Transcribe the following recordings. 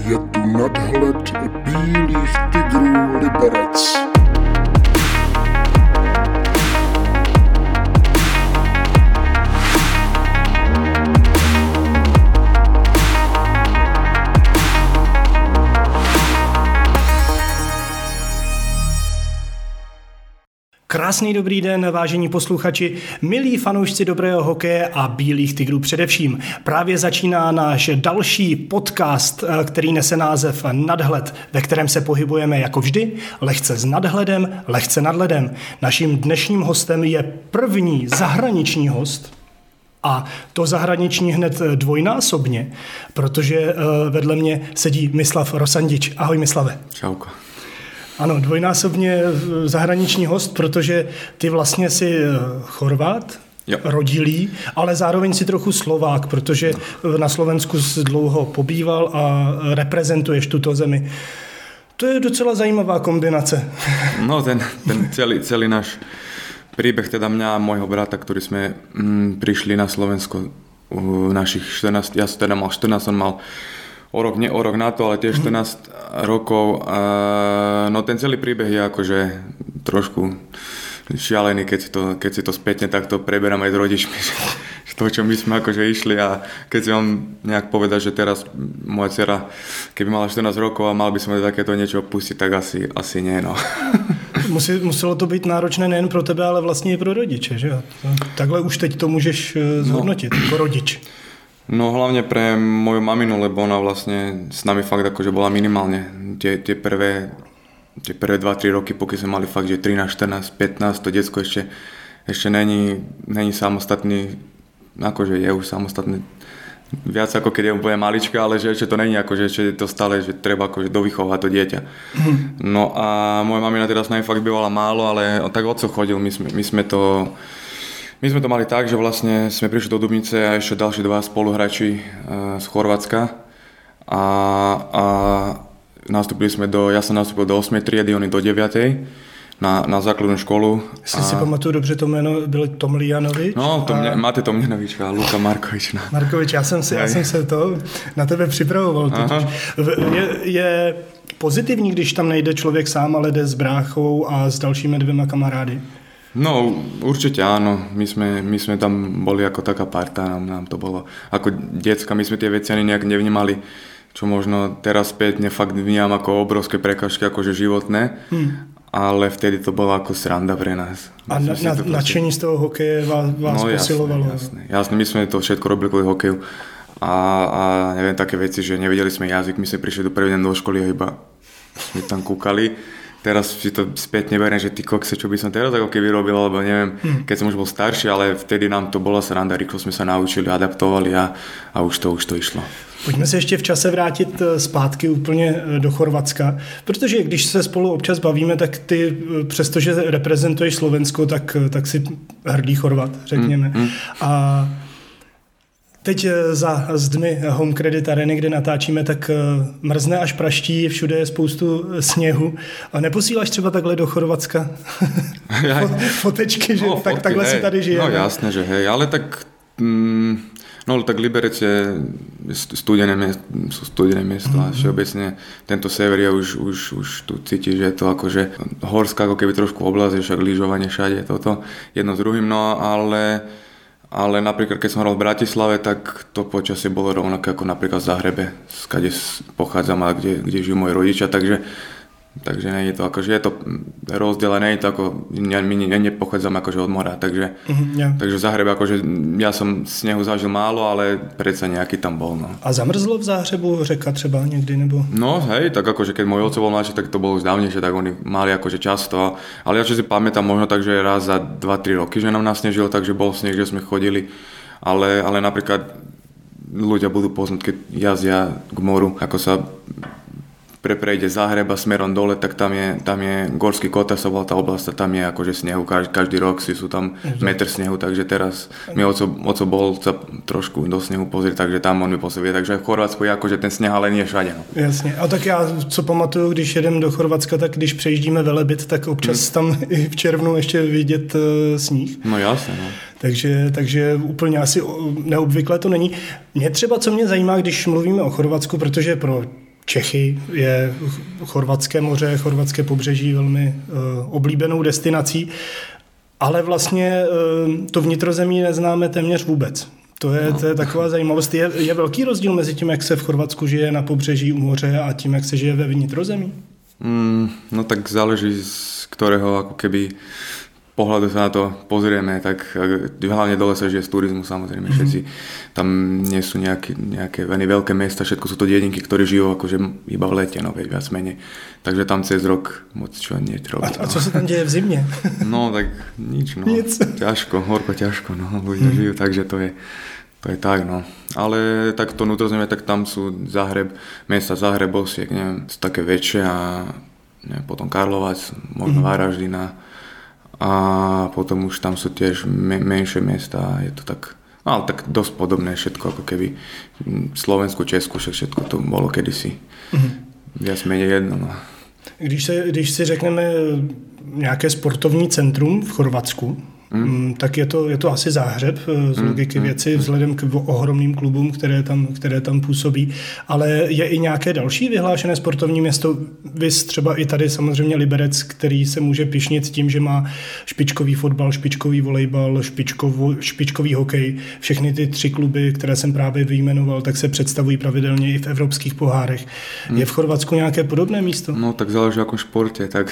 Je tu nadhled bílých tygrů Liberec. Krásný dobrý den, vážení posluchači, milí fanoušci dobrého hokeje a bílých tygrů především. Právě začíná náš další podcast, který nese název Nadhled, ve kterém se pohybujeme jako vždy, lehce s nadhledem, lehce nad ledem. Naším dnešním hostem je první zahraniční host, a to zahraniční hned dvojnásobně, protože vedle mě sedí Mislav Rosandič. Ahoj Mislave. Čauko. Ano, dvojnásobně zahraniční host, protože ty vlastně jsi Chorvat, rodilý, ale zároveň si trochu Slovák, protože na Slovensku jsi dlouho pobýval a reprezentuješ tuto zemi. To je docela zajímavá kombinace. No ten celý náš príbeh, teda mňa a môjho brata, ktorí sme prišli na Slovensko našich 14, ja som teda mal 14, on mal o rok na to, ale tiež 14 rokov. No ten celý príbeh je akože trošku šialený, keď si to spätne takto preberám aj s rodičmi, že to, čo my sme akože išli, a keď si vám nejak povedať, že teraz moja dcera, keby mala 14 rokov a mal by sme takéto niečo opustiť, tak asi nie, no. Muselo to být náročné nejen pro tebe, ale vlastně i pro rodiče, že jo? Takhle už teď to můžeš zhodnotit, jako rodič. No hlavne pre moju maminu, lebo ona vlastne s nami fakt akože bola minimálne tie prvé 2-3 roky, pokiaľ sme mali fakt, že 13, 14, 15, to decko ešte není samostatný, akože je už samostatný viac ako keď je úplne malička, ale že ešte to není akože ešte to stále, že treba akože dovychovať to dieťa. No a moja mamina teda s nami fakt bývala málo, ale tak otco chodil, my sme to mali tak, že vlastne sme prišli do Dubnice a ešte ďalší dva spoluhráči z Chorvátska a ja som nastúpil do 8. triedy, oni do 9. na základnú školu. Jestli si pamatuju dobře, to jméno byl Tomljanovič. No, Mate Tomljanovič a Luka Markovič. No. Markovič, já jsem se to na tebe připravoval. Je pozitivní, když tam nejde člověk sám, ale jde s bráchou a s dalšími 2 kamarády? No, určite áno. My sme tam boli ako taká parta, nám to bolo ako decka, my sme tie veci ani nejak nevnímali, čo možno teraz spätne fakt vnímam ako obrovské prekažky, akože životné, ale vtedy to bolo ako sranda pre nás. A nadšení z toho hokeje vás posilovalo? Jasné, my sme to všetko robili kvôli hokeju a neviem, také veci, že nevedeli sme jazyk, my sme prišli do prvý deň do školy a iba sme tam kúkali. Teraz si to spätne beriem, že ty kokse, čo by som teraz ako keby robil, alebo neviem, keď som už bol starší, ale vtedy nám to bola sranda, rýchlo sme sa naučili, adaptovali a už to išlo. Pojďme se ještě v čase vrátit zpátky úplně do Chorvatska, protože když se spolu občas bavíme, tak ty, přestože reprezentuješ Slovensko, tak si hrdý Chorvat, řekněme. A teď za zdmi Home Credit Areny, kde natáčíme, tak mrzne až praští, všude je spoustu sněhu. A neposíláš třeba takhle do Chorvatska fotečky, že takhle si tady žije? No jasné, že hej, ale tak tak Liberec je studené miesto a všeobecne tento sever je už tu cíti, že je to akože horská, ako keby trošku oblasť, však lyžovanie všade, toto jedno s druhým, no ale napríklad keď som hral v Bratislave, tak to počasie bolo rovnaké ako napríklad v Zahrebe, skade pochádzam a kde žijú moji rodičia, takže nie je to akože je to rozdelené, je to ako my nepochádzam akože od mora, takže v Zahrebe akože ja som snehu zažil málo, ale predsa nejaký tam bol, no. A zamrzlo v Záhřebu řeka třeba někdy, nebo? No hej, tak akože keď môj otec bol mladší, tak to bolo už dávnejšie, tak oni mali akože často, ale ja čo si pamätám možno tak, že raz za 2-3 roky, že nám nasnežilo, takže bol sneh, že sme chodili, ale napríklad ľudia budú poznať, keď jazdia k moru, ako sa prejde Záhreba smerom dole, tak tam je Gorský Kotar, sa volá tá oblasť, tam je akože snehu, každý rok sú tam metr snehu, takže teraz mi oco bol sa trošku do snehu pozrieť, takže tam on mi posevie, takže v Chorvatsku je akože ten sneh, ale nie všade. No. Jasně, a tak já, co pamatuju, když jedem do Chorvatska, tak když přejíždíme Velebit, tak občas tam i v červnu ještě vidět sníh. No jasně, no. Takže úplně asi neobvyklé to není. Mě třeba, co mě zajímá, když mluvíme o Chorvatsku, protože pro Čechy, je chorvatské moře, chorvatské pobřeží velmi oblíbenou destinací, ale vlastně to vnitrozemí neznáme téměř vůbec. To je taková zajímavost. Je velký rozdíl mezi tím, jak se v Chorvatsku žije na pobřeží u moře a tím, jak se žije ve vnitrozemí? No tak záleží, z ktorého ako keby pohľadu sa na to pozrieme, tak hlavne dole sa žije z turizmu, samozrejme, všetci tam nie sú nejaké veľké mesta, všetko sú to dedinky, ktorí žijú akože iba v lete, no viac menej. Takže tam cez rok moc čo nie robiť. A co sa tam deje v zimě? No tak nič, no. Nic. Ťažko, horko ťažko, no, ľudia žijú, takže to je tak, no. Ale tak to vnútrozemie, tak tam sú mesta Zahreb, Osijek, neviem, sú také väčšie a neviem, potom Karlovac, možno Varaždina. A potom už tam sú tiež menšie miesta a je to tak, no ale tak dosť podobné všetko, ako keby Slovensku, Česku, všetko to bolo kedysi. Viac menej jedno, no. Když si řekneme nějaké sportovní centrum v Chorvatsku, tak je to asi Záhřeb z logiky věci, vzhledem k ohromným klubům, které tam působí. Ale je i nějaké další vyhlášené sportovní město, viz třeba i tady samozřejmě Liberec, který se může pyšnit tím, že má špičkový fotbal, špičkový volejbal, špičkový hokej. Všechny ty 3 kluby, které jsem právě vyjmenoval, tak se představují pravidelně i v evropských pohárech. Je v Chorvatsku nějaké podobné místo? No tak záleží ako športe, tak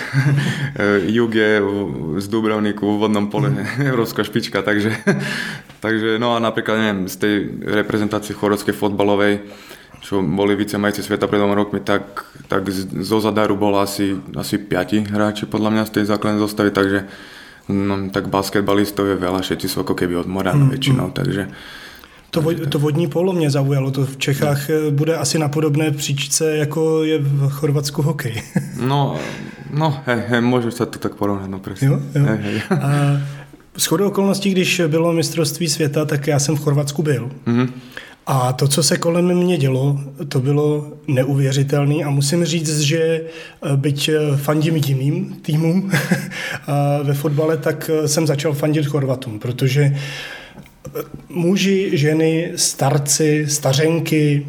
Jug je z Dubrovníku v vodnom pole európska špička, takže no a napríklad, neviem, z tej reprezentácie chorvátskej fotbalovej, čo boli vicemajstri sveta pred 2 rokmi, tak zo Zadaru bolo asi 5 hráči podľa mňa z tej základnej zostavy, takže no, tak basketbalistov je veľa, všetci sú ako keby od Morana väčšinou, takže To vodní polo mě zaujalo, to v Čechách bude asi na podobné příčce, jako je v Chorvatsku hokej. No, môže sa to tak porovnať, no presne. Jo. A shodou okolností, když bylo mistrovství světa, tak já jsem v Chorvatsku byl. A to, co se kolem mě dělo, to bylo neuvěřitelné a musím říct, že byť fandím jiným týmům ve fotbale, tak jsem začal fandit Chorvatům, protože muži, ženy, starci, stařenky,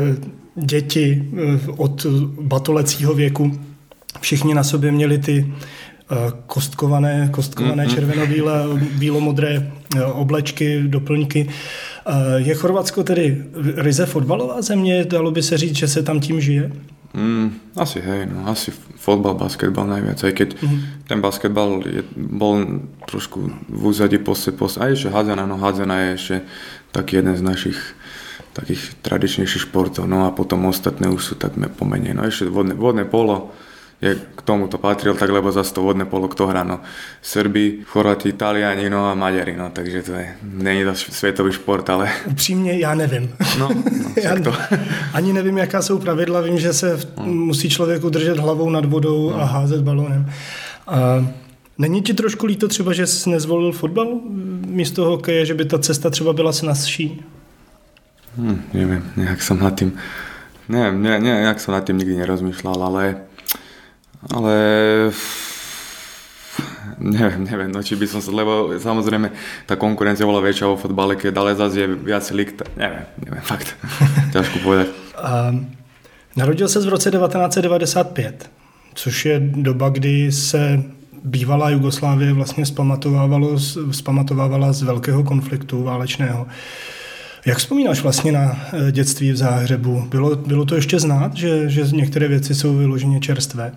děti od batolecího věku, všichni na sobě měli ty kostkované červeno-bílé, bílomodré oblečky, doplňky. Je Chorvatsko tedy ryze fotbalová země? Dalo by se říct, že se tam tím žije? Asi hej, no asi fotbal, basketbal najviac, aj keď ten basketbal bol trošku v úzadí a ešte hádzana je ešte taký jeden z našich takých tradičnejších športov, no a potom ostatné už sú tak pomenej, no ešte vodné polo je k tomuto patril, tak lebo zase to vodné polo kto hrá, no Srbi, Chorvati, Italiani, no a Maďari, no takže to není to světový šport, ale... Upřímně já nevím. Ani nevím, jaká jsou pravidla, vím, že se musí člověk udržet hlavou nad vodou a házet balónem. Není ti trošku líto třeba, že jsi nezvolil fotbal místo hokeje, že by ta cesta třeba byla snazší? Neviem, nejak som nad tým nikdy nerozmýšľal, ale neviem, no či by som sa, lebo samozrejme tá konkurencia bola väčšia vo fotbale, keď ale zase je viac lík, neviem, fakt, ťažko povedať. Narodil ses v roce 1995, což je doba, kdy se bývalá Jugoslávie vlastně vzpamatovávala z velkého konfliktu válečného. Jak vzpomínáš vlastně na dětství v Záhřebu? Bylo to ještě znát, že některé věci jsou vyloženě čerstvé?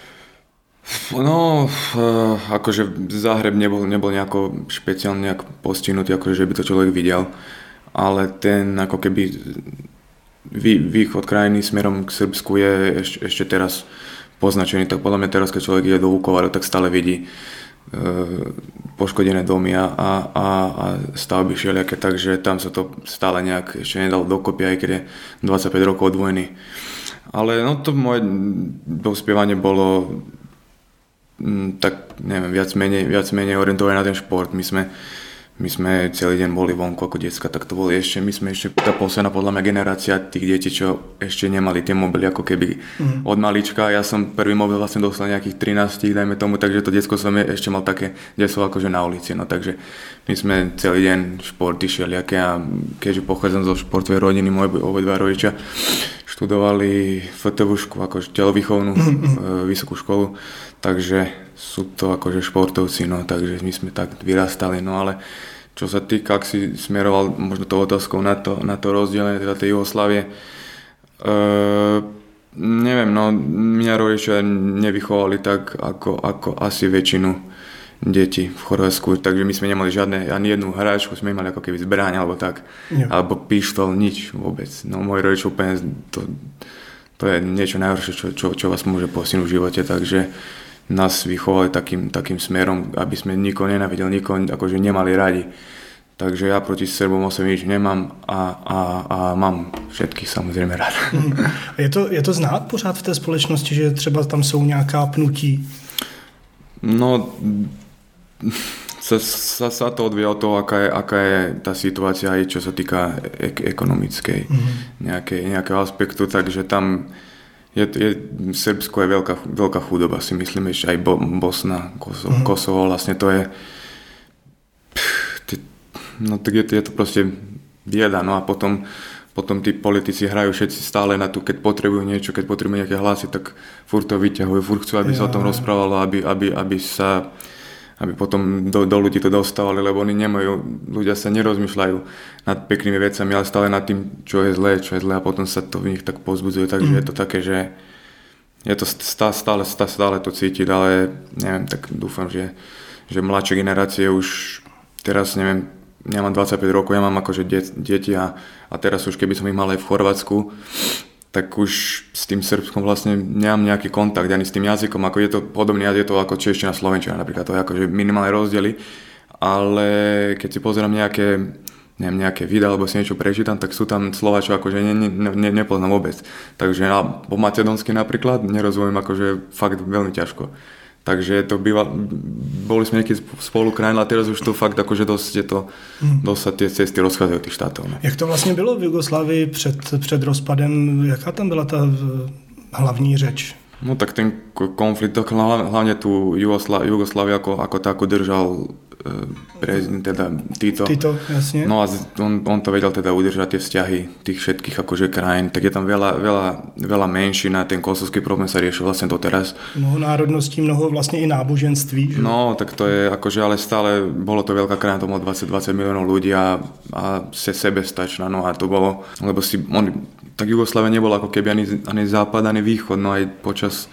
No, akože Záhreb nebol nejako špeciálne nejak postihnutý, akože že by to človek videl, ale ten ako keby východ krajiny smerom k Srbsku je ešte teraz poznačený, tak podľa mňa teraz, keď človek ide do Vukovaru, tak stále vidí poškodené domy a stavby všelijaké, takže tam sa to stále nejak ešte nedalo dokopy, aj keď je 25 rokov od vojny. Ale no to moje dospievanie bolo tak neviem, viac menej orientované na ten šport. My sme my sme celý deň boli vonku ako decka, tak to boli ešte, my sme ešte tá posledná podľa mňa generácia tých detí, čo ešte nemali tie mobily ako keby od malička. Ja som prvý mobil vlastne dostal nejakých 13, dajme tomu, takže to detsko som ešte mal také detstvo akože na ulici, no takže my sme celý deň športy všelijaké a keďže pochádzam zo športovej rodiny, moje obidva rodičia študovali FTV-šku, akože telovýchovnú vysokú školu, takže sú to akože športovci, no takže my sme tak vyrastali, no ale čo sa týka, ak si smeroval možno tou otázkou na to rozdelenie teda tej Jugoslávie, neviem, no mňa rodičia nevychovali tak ako asi väčšinu detí v Chorvátsku, takže my sme nemali žiadne, ani jednu hráčku sme mali ako keby zbraň alebo tak, alebo pištol, nič vôbec. No môj rodič úplne, to je niečo najhoršie, čo vás môže postihnúť v živote, takže nás vychovali takým smerom, aby sme nikoho nenávideli, nikoho akože nemali radi. Takže ja proti Srbom osobne nič nemám a mám všetkých samozřejmě rád. Je to znát pořád v té společnosti, že třeba tam jsou nějaká pnutí? No, sa to odvíja od toho, aká je tá situácia aj čo sa týka ekonomickej nejakého aspektu, takže tam Srbsko je veľká chudoba, si myslím, ešte aj Bosna, Kosovo, vlastne to je no tak je to proste bieda, no a potom tí politici hrajú všetci stále na to, keď potrebujú niečo, keď potrebujú nejaké hlasy, tak furt to vyťahujú, furt chcú, aby sa o tom rozprávalo, aby potom do ľudí to dostávali, lebo oni ľudia sa nerozmýšľajú nad peknými vecami, ale stále nad tým, čo je zlé a potom sa to v nich tak pozbudzuje, takže je to také, že je to stále to cítiť, ale neviem, tak dúfam, že mladšie generácie už teraz, neviem, ja mám 25 rokov, ja mám akože deti a teraz už keby som ich mal aj v Chorvátsku, tak už s tým Srbskom vlastne nemám nejaký kontakt ani s tým jazykom, ako je to podobný jazyk, je to ako čeština, slovenčina napríklad, to je akože minimálne rozdiely, ale keď si pozerám nejaké videa alebo si niečo prečítam, tak sú tam slova, čo akože nepoznám vôbec. Takže po macedonsky napríklad nerozumiem akože fakt veľmi ťažko. Takže to boli sme niekedy spolu krajina, a teraz už to fakt akože dosť sa tie cesty rozchádzajú tých štátov. No. Jak to vlastně bylo v Jugoslávii před rozpadem? Jaká tam byla ta hlavní řeč? No tak ten konflikt, hlavne tu Jugosláviu ako takú držal prezident, teda Tito. Jasne. No a on to vedel teda udržať tie vzťahy tých všetkých akože krajín. Tak je tam veľa menšín a ten kosovský problém sa riešil vlastne doteraz. Mnoho národností, mnoho vlastne i náboženství. Že? No, tak to je akože, ale stále bolo to veľká krajina, to bolo 20 miliónov ľudí a sebestačná. No a to bolo, lebo tak Jugoslávia nebola ako keby ani západ, ani východ, no aj počas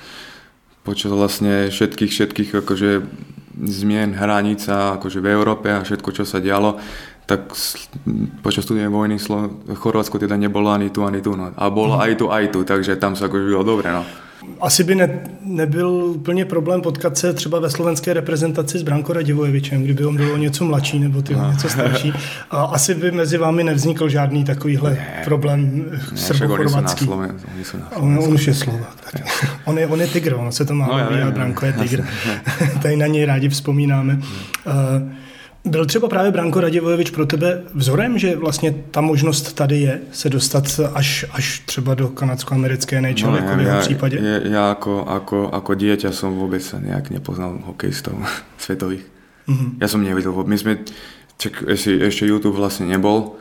vlastne všetkých akože zmien hranica akože v Európe a všetko, čo sa dialo, tak počas studenej vojny Chorvátsko teda nebolo ani tu, no. A bolo aj tu, takže tam sa akože bylo dobre, no. Asi by nebyl úplně problém potkat se třeba ve slovenské reprezentaci s Branko Radivojevičem, kdyby on byl něco mladší nebo ty něco starší. A asi by mezi vámi nevznikl žádný takovýhle problém srbo-chorvatský. On už je Slovák. On je tygr, on se to má a Branko je tygr. Tady na něj rádi vzpomínáme. Byl třeba právě Branko Radivojevič pro tebe vzorem, že vlastně ta možnost tady je se dostat až třeba do kanadsko-americké NHL, jako v jeho případě? Ja ako dieťa som vôbec sa nejak nepoznal hokejistov svetových. Mm-hmm. Ja som nevidel. Ešte YouTube vlastne nebol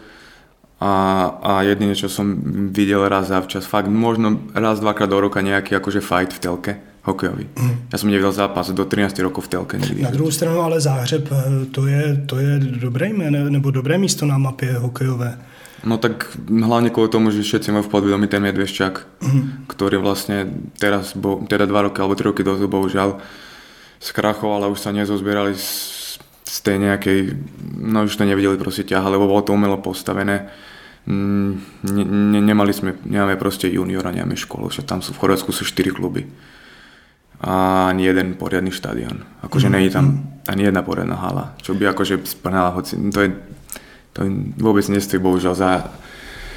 a jedine, čo som videl raz za včas, fakt možno raz, dvakrát do roka nejaký akože fight v telke. Hokejový. Ja som nevidel zápas do 13 rokov v telke nikdy. Na druhou stranu ale Záhřeb, to je dobré jméno, nebo dobré místo na mapě hokejové. No tak hlavne kvôli tomu, že všetci majú v podvedomí ten Medveščák, ktorý vlastne teraz, teda 2 roky alebo 3 roky dozadu, bohužiaľ skrachoval a už sa nezozbierali z tej nejakej, no už to nevideli proste ťaha, lebo bolo to umelo postavené. Nemáme proste juniora, nemáme školu, že tam sú v Chorvátsku 4 kluby. A ani jeden poriadny štadión. Akože nie je tam ani jedna poriadna hala, čo by akože splnala, hoci to vôbec nestojí bohužiaľ za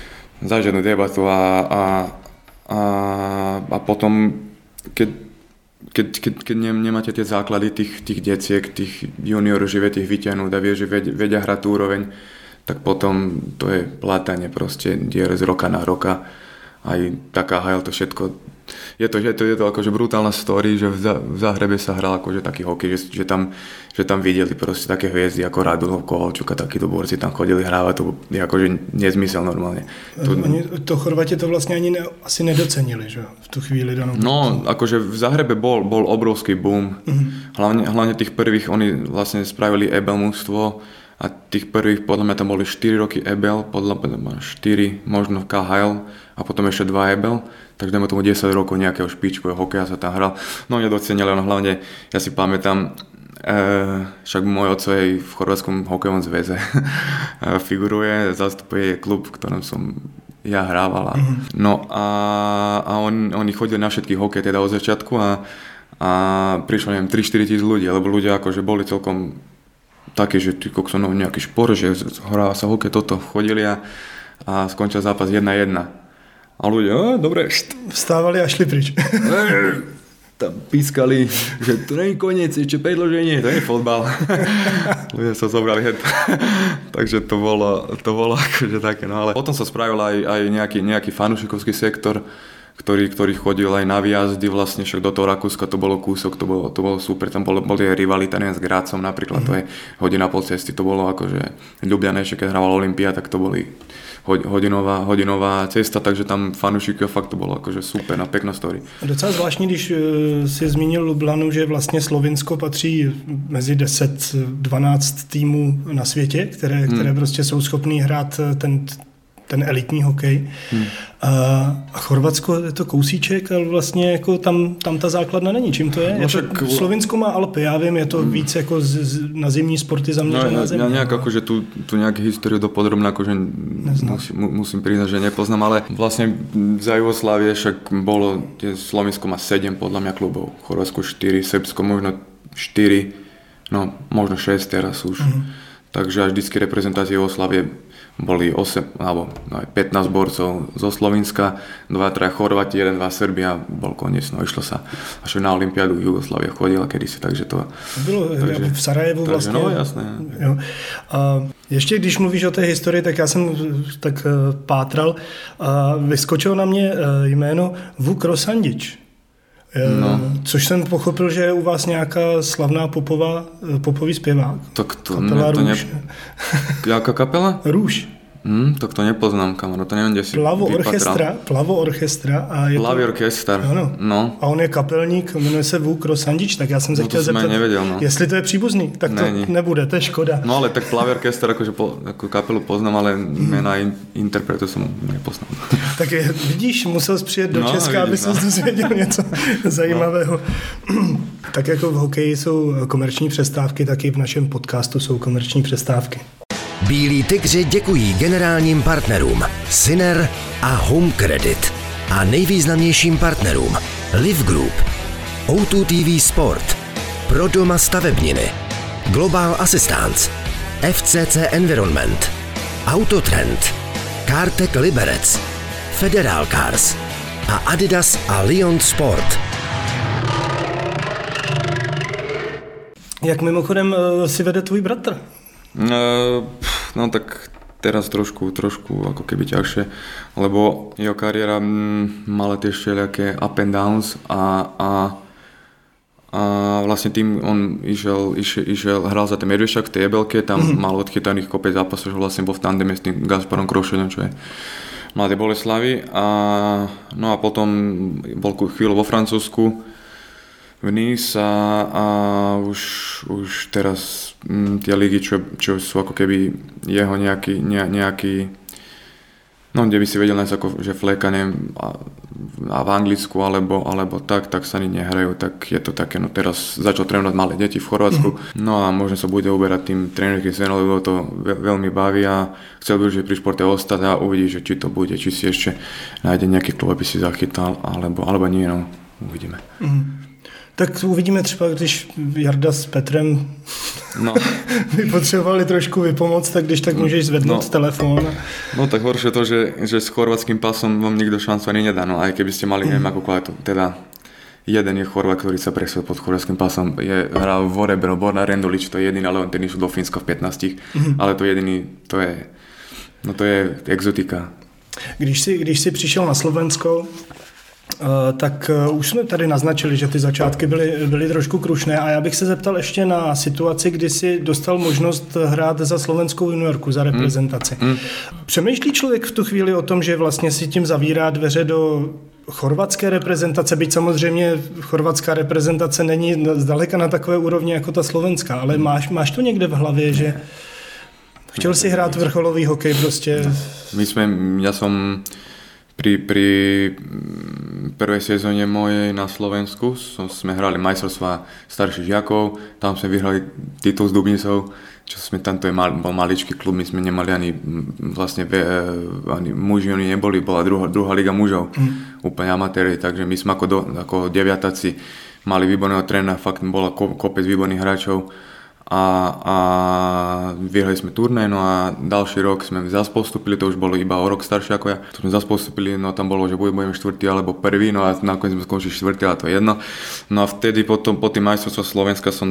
žiadnu debatu a potom, keď keď nemáte tie základy tých deciek, tých juniorov, že viete ich vyťahnuť a vie, že vedia hrať tú úroveň, tak potom to je plátanie proste dier z roka na roka. Aj taká HL to všetko. Je to akože brutálna story, že v Záhrebe sa hral akože taký hokej, že tam videli proste také hviezdy ako Radulov, Kovalčuk a takíto borci tam chodili hrávať, to je akože nezmysel normálne. To Chorvati to vlastne ani asi nedocenili, že v tú chvíli danou. No, akože v Záhrebe bol obrovský boom. Hlavne tých prvých, oni vlastne spravili EBL mužstvo a tých prvých, podľa mňa tam boli 4 roky EBL, podľa mňa 4 možno KHL a potom ešte 2 EBL. Takže dajme tomu 10 rokov nejakého špičkového hokeja sa tam hral. No nedocenili, on hlavne, ja si pamätám, však môj oco je v chorvátskom hokejovom zväze figuruje, zastupuje klub, v ktorom som ja hrával. No a oni chodili na všetky hokej teda od začiatku a prišlo neviem 3-4 tisíc ľudí, lebo ľudia akože boli celkom takí, že nejaký šport, že hráva sa hokej, toto chodili a skončil zápas 1-1. A ľudia, dobre. Vstávali a šli pryč. Tam pískali, že to nie je koniec, ešte predĺženie, to nie je fotbal. Ľudia sa zobrali hed. Takže to bolo akože také, no ale potom sa spravil aj nejaký fanúšikovský sektor, ktorý chodil aj na výjazdy vlastne, však do toho Rakúska to bolo kúsok, to bolo super, tam boli rivalita s Grácom napríklad, to je hodina pol cesty, to bolo akože Ľubljana, ešte keď hrával Olympia, tak to boli hodinová cesta, takže tam fanúšiky fakt to bylo akože super na pěkná story. Docela zvláštní, když si zmínil Lublanu, že vlastně Slovinsko patří mezi 10-12 týmů na světě, které prostě jsou schopný hrát ten elitní hokej. A Chorvatsko je to kousíček, ale vlastně jako tam ta základna není. Čím to je? No, Slovinsko má Alpy, já vím, je to víc jako na zimní sporty zaměřená země. Já nějak akože tu nějak históriu dopodrobne akože musím priznať, že nepoznám, ale vlastne za Jugoslávie však bolo, Slovinsko má 7 podľa mňa klubov, Chorvatsko 4, Srbsko možno 4, no možno 6 teraz už. Takže až vždycky reprezentácie Jugoslávie boli 8 alebo 15 borcov zo Slovenska, 2-3 Chorvati, 1-2 Srbia, bol koniec, no išlo sa až na olympiádu Jugoslávia chodila kedysi, takže to bylo v Sarajevu vlastně. No jasné. Jo. A ještě když mluvíš o té historii, tak já jsem tak pátral a vyskočilo na mě jméno Vuk Rosandič. No. Což jsem pochopil, že je u vás nějaká slavná popový zpěvák. Tak to Růž. Jaká kapela? Růž. Tak to nepoznám, kamaro, to nevím, kde si Plavo Orchestra. A je Plavý orchestr. Ano. No. A on je kapelník, jmenuje se Vuk Rosandič, tak já jsem se chtěl zeptat, nevěděl, no. Jestli to je příbuzný, tak to nebude, to je škoda. No ale tak Plavý orchestr, jako kapelu poznám, ale jména interpretu jsem nepoznal. Tak vidíš, musel jsi přijet do Česka, aby se dozvěděl něco zajímavého. Tak jako v hokeji jsou komerční přestávky, taky v našem podcastu jsou komerční přestávky. Bílí tygři děkují generálním partnerům Syner a Home Credit a nejvýznamnějším partnerům Live Group, O2 TV Sport, Pro doma stavebniny, Global Assistance, FCC Environment, Autotrend, Kartek Liberec, Federal Cars a Adidas a Lyon Sport. Jak mimochodem si vede tvůj bratr? No tak teraz trošku ako keby ťažšie, lebo jeho kariéra mala tie všelijaké up and downs a vlastne tým on išiel, hral za ten Medvešťak v tej EBL-ke, tam mal odchytaných kopec zápasov, že vlastne bol v tandeme s tým Gasparom Krošeňom, čo je Mladé Boleslavy no a potom bol chvíľu vo Francúzsku v Nice a už teraz tie ligy, čo sú ako keby jeho nejaký no kde by si vedel nájsť ako, že fléka, neviem, a v Anglicku alebo tak sa ani nehrajú, tak je to také, no teraz začal trénovať malé deti v Chorvátsku, no a možno sa bude uberať tým trénerským smerom, lebo to veľmi baví a chcel by už pri športe ostať a uvidí, že či to bude, či si ešte nájde nejaký klub, aby si zachytal, alebo nie, no uvidíme. Tak uvidíme třeba, když Jarda s Petrem by potřebovali trošku vypomoc, tak když tak můžeš zvednout telefon. No tak horšie to, že s chorvatským pasom vám nikto šancu ani nedá, no aj keby ste mali, neviem akú kvalitu, teda jeden je Chorvát, ktorý sa presil pod chorvátským pásom, hral v Orebro, Borna Rendulič, to je jediný, ale on ten išiel do Fínska v 15, ale to jediný, to je exotika. Když jsi přišel na Slovensko, tak už jsme tady naznačili, že ty začátky byly trošku krušné a já bych se zeptal ještě na situaci, kdy jsi dostal možnost hrát za slovenskou juniorku, za reprezentaci. Přemýšlí člověk v tu chvíli o tom, že vlastně si tím zavírá dveře do chorvatské reprezentace, byť samozřejmě chorvatská reprezentace není zdaleka na takové úrovni jako ta slovenská, ale máš to někde v hlavě, že chtěl si hrát vrcholový hokej prostě? Ja som pri prvej sezóne mojej na Slovensku sme hrali majstrovstvá starších žiakov, tam sme vyhrali titul s Dubnicou, čo sme tam, to bol maličký klub, my sme nemali ani vlastne ani muži, oni neboli, bola druhá liga mužov, úplne amatéri, takže my sme ako deviatáci mali výborného trénera, fakt bola kopec výborných hráčov a vyhrali sme turnej, no a ďalší rok sme zase postupili, to už bolo iba o rok staršie ako ja, to sme zase postupili, no tam bolo, že budeme štvrtý alebo prvý, no a nakoniec sme skončili štvrtý, ale to je jedno. No a vtedy potom po tým majstrovstvách Slovenska som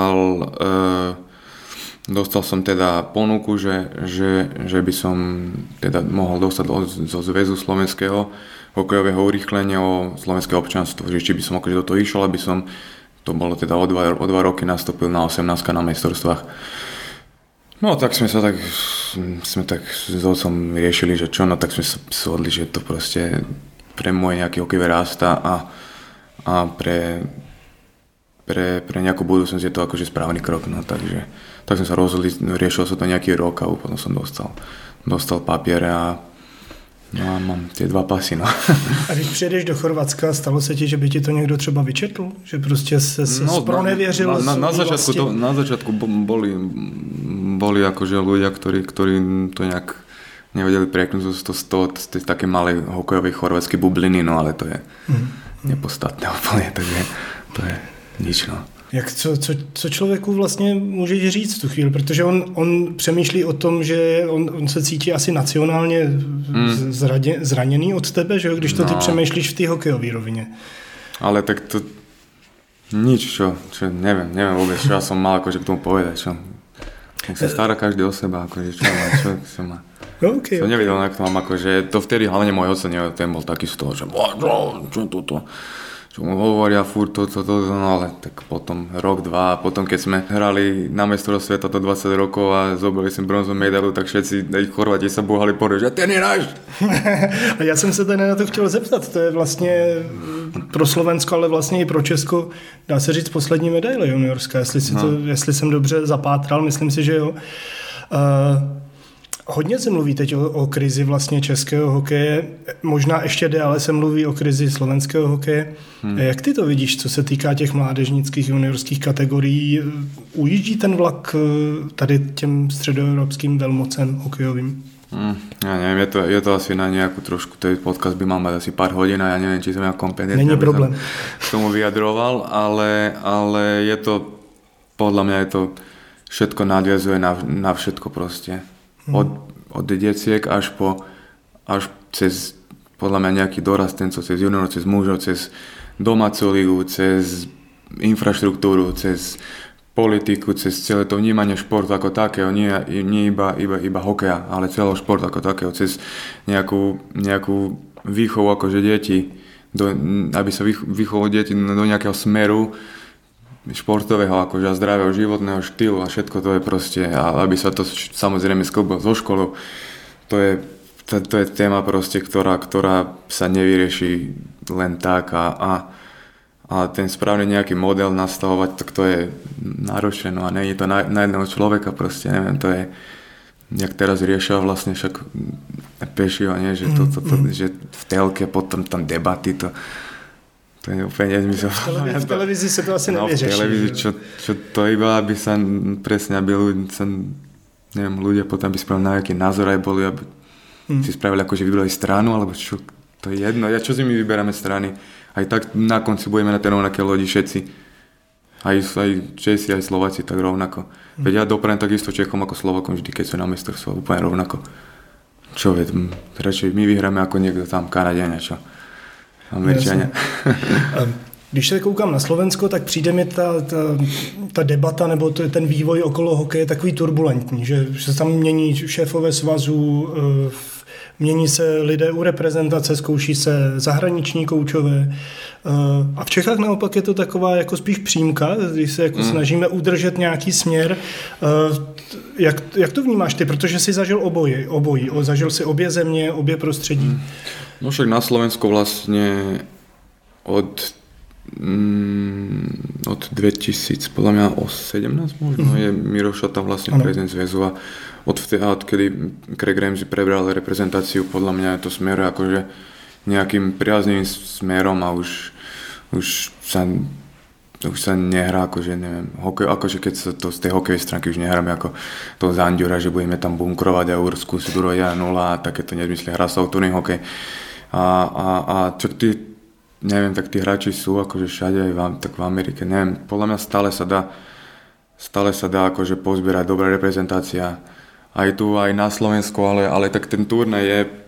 dostal som teda ponuku, že by som teda mohol dostať zo Zväzu slovenského hokejového urýchlenia o slovenské občianstvo, že či by som akože do toho išiel, aby som to bolo teda o 2 roky nastúpil na 18 na majstrovstvách. No tak sme tak s otcom riešili, že čo, no tak sme sa shodli, že to proste pre môj nejaký hokejový rast a pre nejakú budúcnosť je to akože správny krok, no takže tak sme sa rozhodli, riešil sa to nejaký rok a potom som dostal papiere a no a mám tie 2 pasy, no. A když přijedeš do Chorvatska, stalo se ti, že by ti to někdo třeba vyčetl? Že prostě se spronevěřil? Na začiatku boli akože ľudia, ktorí to nejak nevedeli preknúť z tej také malej hokejovej chorvatskej bubliny, no ale to je nepodstatné úplne, takže to je nič, no. Co člověku vlastně může říct v tu chvíli, protože on přemýšlí o tom, že on se cítí asi nacionálně zraněný od tebe, že jo, když to ty přemýšlíš v té hokejové rovině. Ale tak to nič, čo neviem vôbec, čo ja som mal akože k tomu povedať, čo. Nech sa stará každý o seba, akože čo má. Okay. Som nevedel, jak to mám, akože to vtedy hlavne môj oco, ten bol taký z toho, že čo toto. Čo mu hovoria furt to, no ale tak potom rok, 2, potom keď sme hrali na majstrovstvá sveta to 20 rokov a zobrali sme bronzovú medailu, tak všetci Chorváti sa búhali povedať, že ten je náš. A já jsem se tady na to chtěl zeptat, to je vlastně pro Slovensko, ale vlastně i pro Česko, dá se říct, poslední medaile juniorská, jestli jsem dobře zapátral, myslím si, že jo. Hodně se mluví teď o krizi vlastně českého hokeje, možná ještě déle se mluví o krizi slovenského hokeje. Jak ty to vidíš, co se týká těch mládežnických juniorských kategorií? Ujíždí ten vlak tady těm středoevropským velmocem hokejovým? Ja neviem, je to asi na nejakú trošku, ten podcast by mal mať asi pár hodín a ja neviem, či som ja kompetentný, aby som k tomu vyjadroval, ale je to, podľa mňa je to, všetko nadviazuje na všetko proste. Od deciek až cez podľa mňa nejaký dorastencov, cez juniorov, cez mužov, cez domácu ligu, cez infraštruktúru, cez politiku, cez celé to vnímanie športu ako takého, nie iba hokeja, ale celého športu ako takého, cez nejakú výchovu akože deti, aby sa vychovalo deti do nejakého smeru športového, akože zdravého životného štýlu a všetko to je proste, a aby sa to samozrejme sklbilo so školou, to je téma proste, ktorá sa nevyrieši len tak a ten správny nejaký model nastavovať, tak to je náročné, no a nie je to na jedného človeka proste, neviem, to je, jak teraz riešia vlastne však Pešiho, nie, že že v telke potom tam debaty, to je úplne nezmysel. V televízii sa to asi nevyrieši. V televízii, čo to iba, aby sa presne, aby ľudia potom by spravili na nejaký názor aj boli, aby si spravili akože vybrali stranu, alebo čo, to je jedno, čo si my vyberáme strany. Aj tak na konci budeme na tej rovnaké lodi všetci. Aj Česi, aj Slováci, tak rovnako. Veď ja doprajem takisto Čechom ako Slovákom vždy, keď sú na majstrovstvách, úplne rovnako. Čo veď, radšej my vyhráme ako niekto tam, Kanadiania, čo? Američania. Když se koukám na Slovensko, tak přijde mi ta debata nebo ten vývoj okolo hokeje takový turbulentní, že se tam mění šéfové svazů, mění se lidé u reprezentace, zkouší se zahraniční koučové. A v Čechách naopak je to taková jako spíš přímka, když se jako snažíme udržet nějaký směr. Jak to vnímáš ty? Protože jsi zažil obojí. Zažil si obě země, obě prostředí. No však na Slovensku vlastne od 2000, podľa mňa 17 možno, je Miro Šata vlastne prezident zväzu a odkedy Craig Ramsey prebral reprezentáciu, podľa mňa to smeruje akože nejakým priaznivým smerom a už sa nehrá, akože neviem, hokej, akože keď sa to z tej hokejovej stránky už nehráme ako to Zandiura, že budeme tam bunkrovať a skúsiť urobiť 1-0 a takéto nezmysly, hrá sa autorný hokej. A čo ty neviem, tak tí hráči sú akože všade aj tak v Amerike, neviem, podľa mňa stále sa dá akože pozbierať dobrá reprezentácia aj tu, aj na Slovensku, ale tak ten turnaj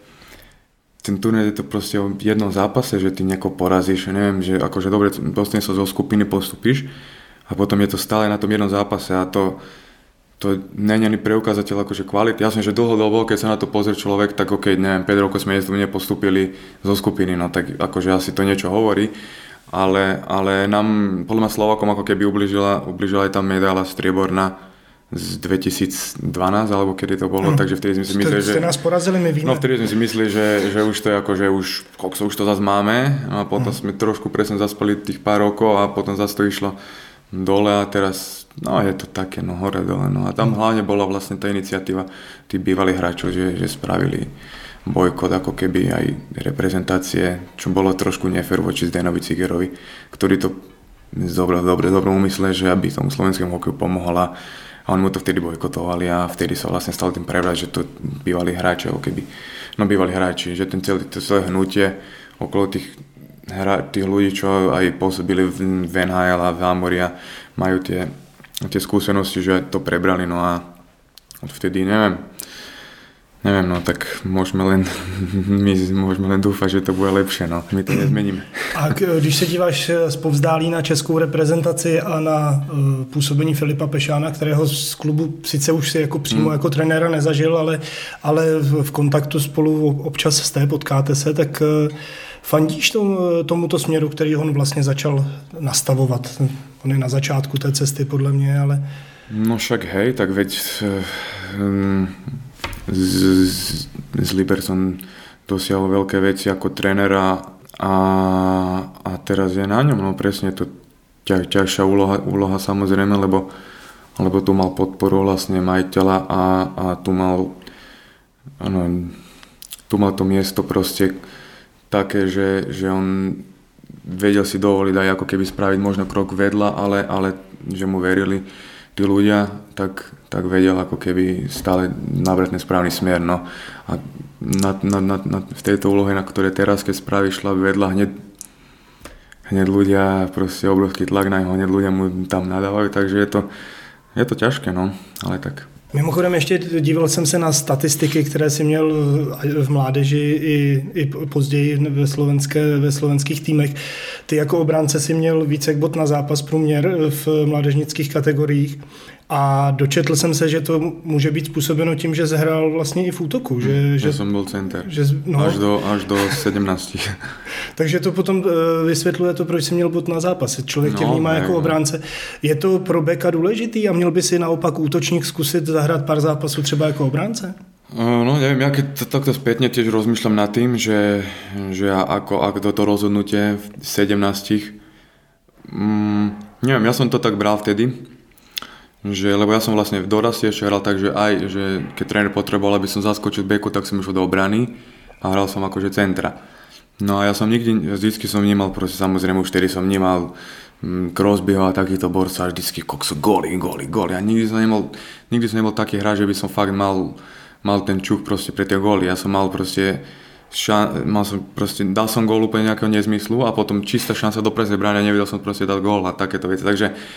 je to proste o jednom zápase, že ty niekoho porazíš, neviem, že akože dobre, dostaneš sa zo skupiny, postupíš a potom je to stále na tom jednom zápase a to nie je ani preukázateľ akože kvality. Jasne, že dlhodobo, keď sa na to pozrie človek, tak okej, neviem, 5 rokov sme nepostúpili zo skupiny, no tak akože asi to niečo hovorí, ale nám, podľa mňa Slovákom ako keby ubližila aj tá medaila strieborná z 2012, alebo kedy to bolo, takže vtedy sme si mysleli, že... Ste nás porazili, my víme. No vtedy sme si mysleli, že už to je ako, že už to zase máme a potom sme trošku presne zaspali tých pár rokov a potom zase to išlo dole a teraz, no je to také, no hore dole, no a tam hlavne bola vlastne tá iniciatíva tých bývalých hráčov, že spravili bojkot ako keby aj reprezentácie, čo bolo trošku nefér voči Zdenovi Cigerovi, ktorý to dobre umysle, že aby tomu slovenskému hokeju pomohla a oni mu to vtedy bojkotovali a vtedy sa vlastne stalo tým prevrat, že to bývalí hráči, bývalí hráči, že to celé hnutie okolo tých ľudí, čo aj pôsobili v NHL a v Amoria, majú tie skúsenosti, že to prebrali, no a odvtedy neviem, no tak môžeme len dúfať, že to bude lepšie, no my to nezmeníme. A když se díváš zpovzdálí na českou reprezentaci a na působení Filipa Pešána, kterého z klubu sice už si jako přímo jako trenéra nezažil, ale v kontaktu spolu občas jste, potkáte se, tak fandíš tomuto směru, který on vlastně začal nastavovat? On je na začátku té cesty, podle mě, ale... No však hej, tak veď z Libercom dosiahol veľké veci ako trénera a teraz je na ňom, no presne to ťažšia úloha samozrejme, lebo tu mal podporu vlastne majiteľa a tu mal to miesto proste také, že on vedel si dovoliť aj ako keby spraviť možno krok vedľa, ale že mu verili tí ľudia, tak vedel ako keby stále nabrať ten správny smer. No. A v tejto úlohe, na ktoré teraz, keď spraví šlap vedľa, hneď ľudia, proste obrovský tlak na jeho, hneď ľudia mu tam nadávajú, takže je to ťažké, no, ale tak. Mimochodem ještě díval jsem se na statistiky, které si měl v mládeži i později ve slovenských týmech. Ty jako obránce si měl více bod na zápas průměr v mládežnických kategoriích a dočetl jsem se, že to může být způsobeno tím, že zhrál vlastně i v útoku. Že jsem byl center. Až do 17. Takže to potom vysvětluje to, proč si měl bod na zápas. Člověk tě vnímá jako obránce. Je to pro beka důležitý a měl by si naopak útočník zkusit zahrát pár zápasů třeba jako obránce? No neviem, ja keď takto spätne tiež rozmýšľam nad tým, že ja ako toto rozhodnutie v 17, neviem, ja som to tak bral vtedy, že, lebo ja som vlastne v doraste ešte hral tak, že aj, že keď tréner potreboval, aby som zaskočil beku, tak som išiel do obrany a hral som akože centra. No a ja som vždycky som vnímal, proste samozrejme už vtedy som vnímal Crosbyho a takýto borca, vždycky góly a nikdy som nemal taký hráč, že by som fakt mal ten čuch proste pre tie góly. Ja som mal proste dal som gól úplne nejakého nezmyslu a potom čistá šanca do preznej brány a nevedel som proste dať gól a takéto veci. Takže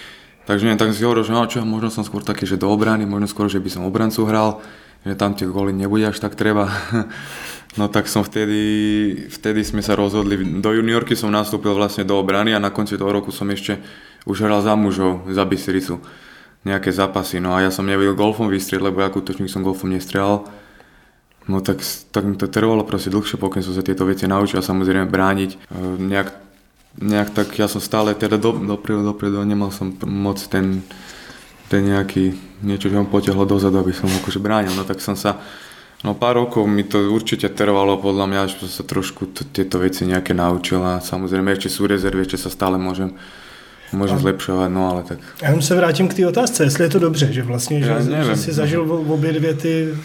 Takže neviem, tak si hovoril, že možno som skôr taký, že do obrany, možno skôr, že by som obrancu hral, že tam tie góly nebude až tak treba. No tak som vtedy sme sa rozhodli, do juniorky som nastúpil vlastne do obrany a na konci toho roku som ešte už hral za mužov, za Bystricu, nejaké zápasy. No a ja som nevedel golfom vystrieť, lebo ako útočník som golfom nestrieľal. No tak mi to trvalo proste dlhšie, pokým som sa tieto veci naučil, samozrejme brániť. Nejak tak ja som stále teda dopredu a nemal som moc ten nejaký niečo, že on potiahlo dozadu, aby som akože bránil. No tak som sa, pár rokov mi to určite trvalo podľa mňa, že som sa trošku tieto veci nejaké naučil a samozrejme ešte sú rezervy, ešte sa stále môžem zlepšovat, no ale tak. Já jenom se vrátím k té otázce, jestli je to dobře, že vlastně, že jsi zažil obě dvě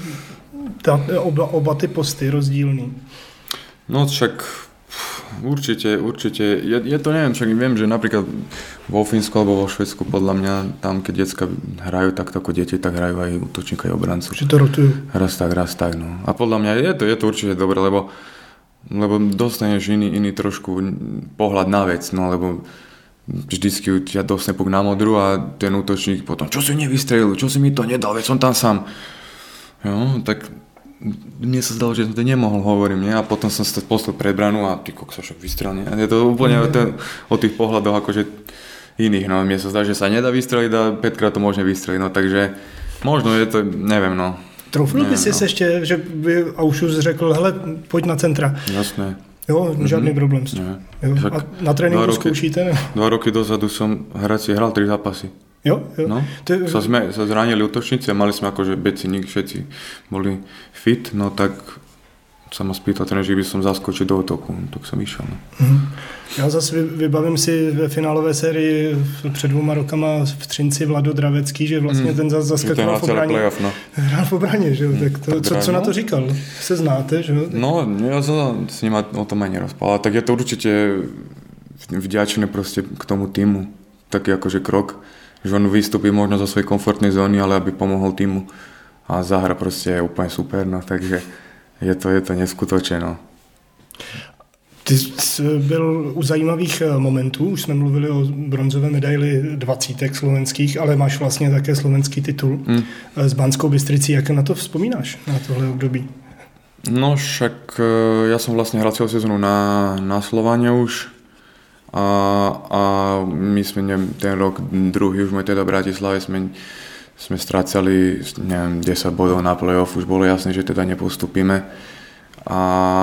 oba ty posty rozdílný. No však určite, je to neviem, však viem, že napríklad vo Fínsku alebo vo Švédsku podľa mňa tam, keď decka hrajú takto ako deti, tak hrajú aj útočníka aj obrancu. Že to rotujú. Raz tak, no. A podľa mňa je to určite dobre, lebo dostaneš iný trošku pohľad na vec, no lebo vždycky ťa dostane puk na modru a ten útočník potom, čo si nevystrelil, čo si mi to nedal, veď som tam sám. Jo, tak mne sa zdalo, že som to nemohol, hovorím, nie? A potom som sa poslal pred branu a ty kokso, však vystrelil. Je to úplne o tých pohľadoch akože iných, no. Mne sa zdá, že sa nedá vystreliť a 5-krát to môžeme vystreliť, no takže možno je to, neviem, no. Troufnul by si ještě, že by Aušus řekl, hele, pojď na centra. Jasné. Jo, žádný problém s tím. A na tréninku zkoušíte? 2 roky dozadu som hral 3 zápasy. Jo. No, sa zranili útočníci a mali sme akože beci, všetci boli fit, no tak sa ma spýtal tréner, že by som zaskočil do útoku, tak som išiel. No. Já zase vybavím si ve finálové sérii před 2 rokama v Třinci Vlado Dravecký, že vlastně ten zaskakoval v obraně. Playoff, no. Hrál v obraně, že jo? Tak to, co na to říkal? Se znáte, že jo? No, ja sa s ním o tom aj nerozpál, ale tak je to určite vďačné proste k tomu týmu. Taký akože krok, že on vystúpi možno zo svojej komfortnej zóny, ale aby pomohol týmu. A zahra proste je úplne super, no, takže je to neskutočné, no. Ty jsi byl u zajímavých momentů, už jsme mluvili o bronzové medaili 20 slovenských, ale máš vlastně také slovenský titul s Banskou Bystricí. Jak na to vzpomínáš, na tohle období? No však ja som vlastne hral celú sezónu na Slovane už a my sme ten rok druhý už teda v Bratislave sme strácali, neviem, 10 bodov na playoff, už bolo jasné, že teda nepostupíme a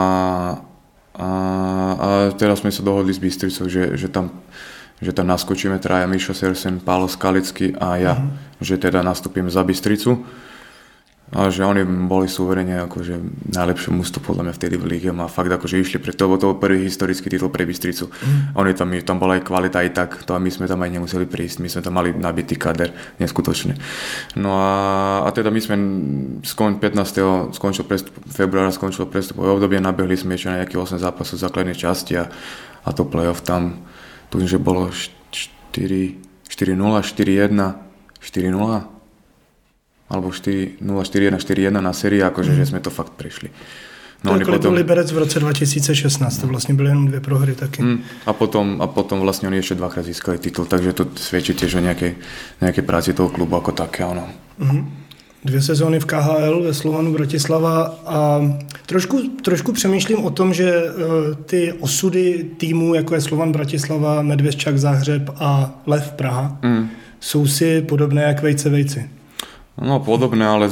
teraz sme sa dohodli s Bystricou, že tam naskočíme traja, Mišo Sersen, Pálo Skalický a ja, že teda nastúpime za Bystricu a že oni boli suverene akože najlepšie mužstvo podľa mňa vtedy v líge a fakt akože išli pre to, bol prvý historický titul pre Bystricu. Oni tam bola aj kvalita aj tak, to a my sme tam aj nemuseli prísť, my sme tam mali nabitý kader, neskutočne. No a teda my sme 15. februára skončilo prestupové obdobie, nabehli sme ešte na nejakých 8 zápasov v základnej časti a to playoff tam, tužím, že bolo 4-0, 4-1, 4-0 alebo 4-0, 4-1, 4-1 na sérii, akože že sme to fakt prešli. No, to potom Liberec v roce 2016, to vlastně byly jenom 2 prohry taky. A potom vlastně oni ještě 2krát získali titul, takže to svědčí těž o nějaké práci toho klubu jako také, ano. 2 sezóny v KHL ve Slovanu Bratislava a trošku přemýšlím o tom, že ty osudy týmů, jako je Slovan Bratislava, Medvěšťák Záhřeb a Lev Praha, jsou si podobné jak vejci. No podobné, ale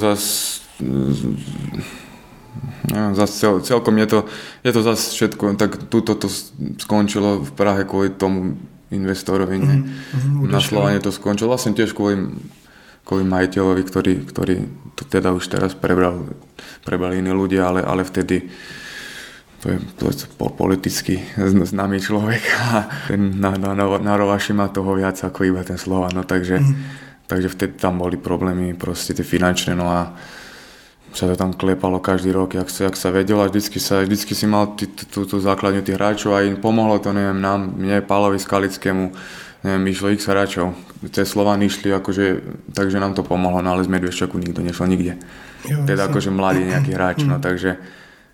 celkom je to zase všetko, tak tuto to skončilo v Prahe kvôli tomu investorovi, na Slovane to skončilo, vlastne tiež kvôli majiteľovi, ktorý to teda už teraz prebrali iní ľudia, ale vtedy to je politicky známy človek a na Rovaši má toho viac ako iba ten Slovan, no takže vtedy tam boli problémy proste tie finančné, no a sa to tam klepalo každý rok, jak sa vedelo a vždycky si mal tú základňu tých hráčov a im pomohlo to, neviem, mne, Pálovi Skalickému, neviem, išlo x hráčov, tie Slovany išli akože, takže nám to pomohlo, no ale z Medvešťaku nikto nešlo nikde. Teda akože mladý nejaký hráč, no takže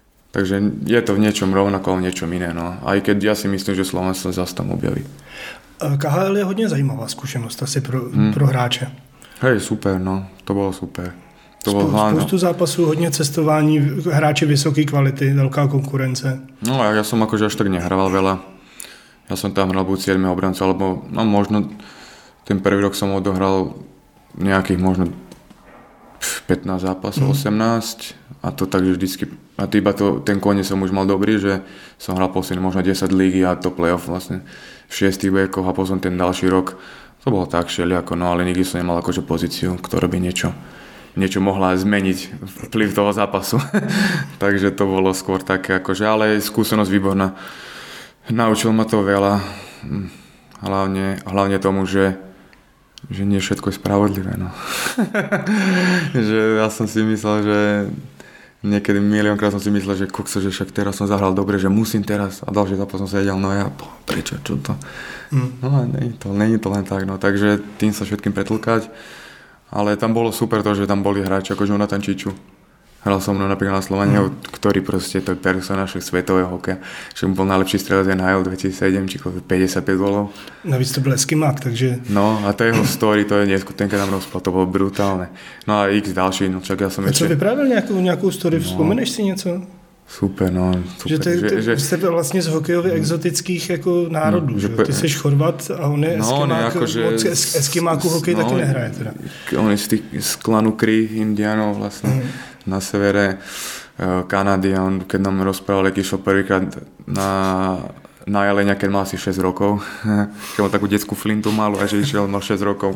je to v niečom rovnako, v niečom iné, no. Aj keď ja si myslím, že Slovan sa zase tam objaví. KHL je hodně zajímavá zkušenost asi pro hráče. Hej, super, no, to bolo super. Spoustu zápasů, hodně cestování, hráči vysoké kvality, veľká konkurence. No ja som akože až tak nehrával veľa. Ja som tam hral buď 7 obrancu, alebo no, možno ten prvý rok som odohral nejakých možno 15 zápasov, 18 a to takže vždycky, a iba ten koniec som už mal dobrý, že som hral posledný možno 10 lígy a to playoff vlastne v 6 bekoch a potom ten ďalší rok to bolo tak všelijako, no ale nikdy som nemal akože pozíciu, ktorá by niečo mohla zmeniť vplyv toho zápasu. Takže to bolo skôr také akože, ale skúsenosť výborná. Naučil ma to veľa, hlavne tomu, že nie všetko je spravodlivé. No. Že ja som si myslel, že niekedy miliónkrát som si myslel, že kokso, že však teraz som zahral dobre, že musím teraz a ďalší zápas som sedel, no ja prečo, čo to? No není to len tak, no takže tým sa všetkým pretlkať. Ale tam bolo super to, že tam boli hráči ako Jonathan Čiču. Hral som napríklad na Slovane, ktorý proste to je personáž svetového hokeja. Že mu bol najlepší strelec NHL 2007, či 55 gólov. Navíc to byl Eskimák, takže... No a to jeho story, to je ten keď nám rozpal, to bolo brutálne. No a x ďalší, no čak ja som ešte... A co vyprávěl nějakou story, vzpomeneš si něco? Super, no. Super. Že jste vlastně z hokejově exotických jako národů, že? Ty jsi Chorvat a on je Eskimák, Eskimáku hokej taky nehraje teda. On je z klanu Cree Indiánov vlastne na severe Kanady a on keď nám rozprával, jak išiel prvýkrát na Jelenia, keď mal asi 6 rokov, keď mal takú detskú flintu malú a že išiel, mal 6 rokov.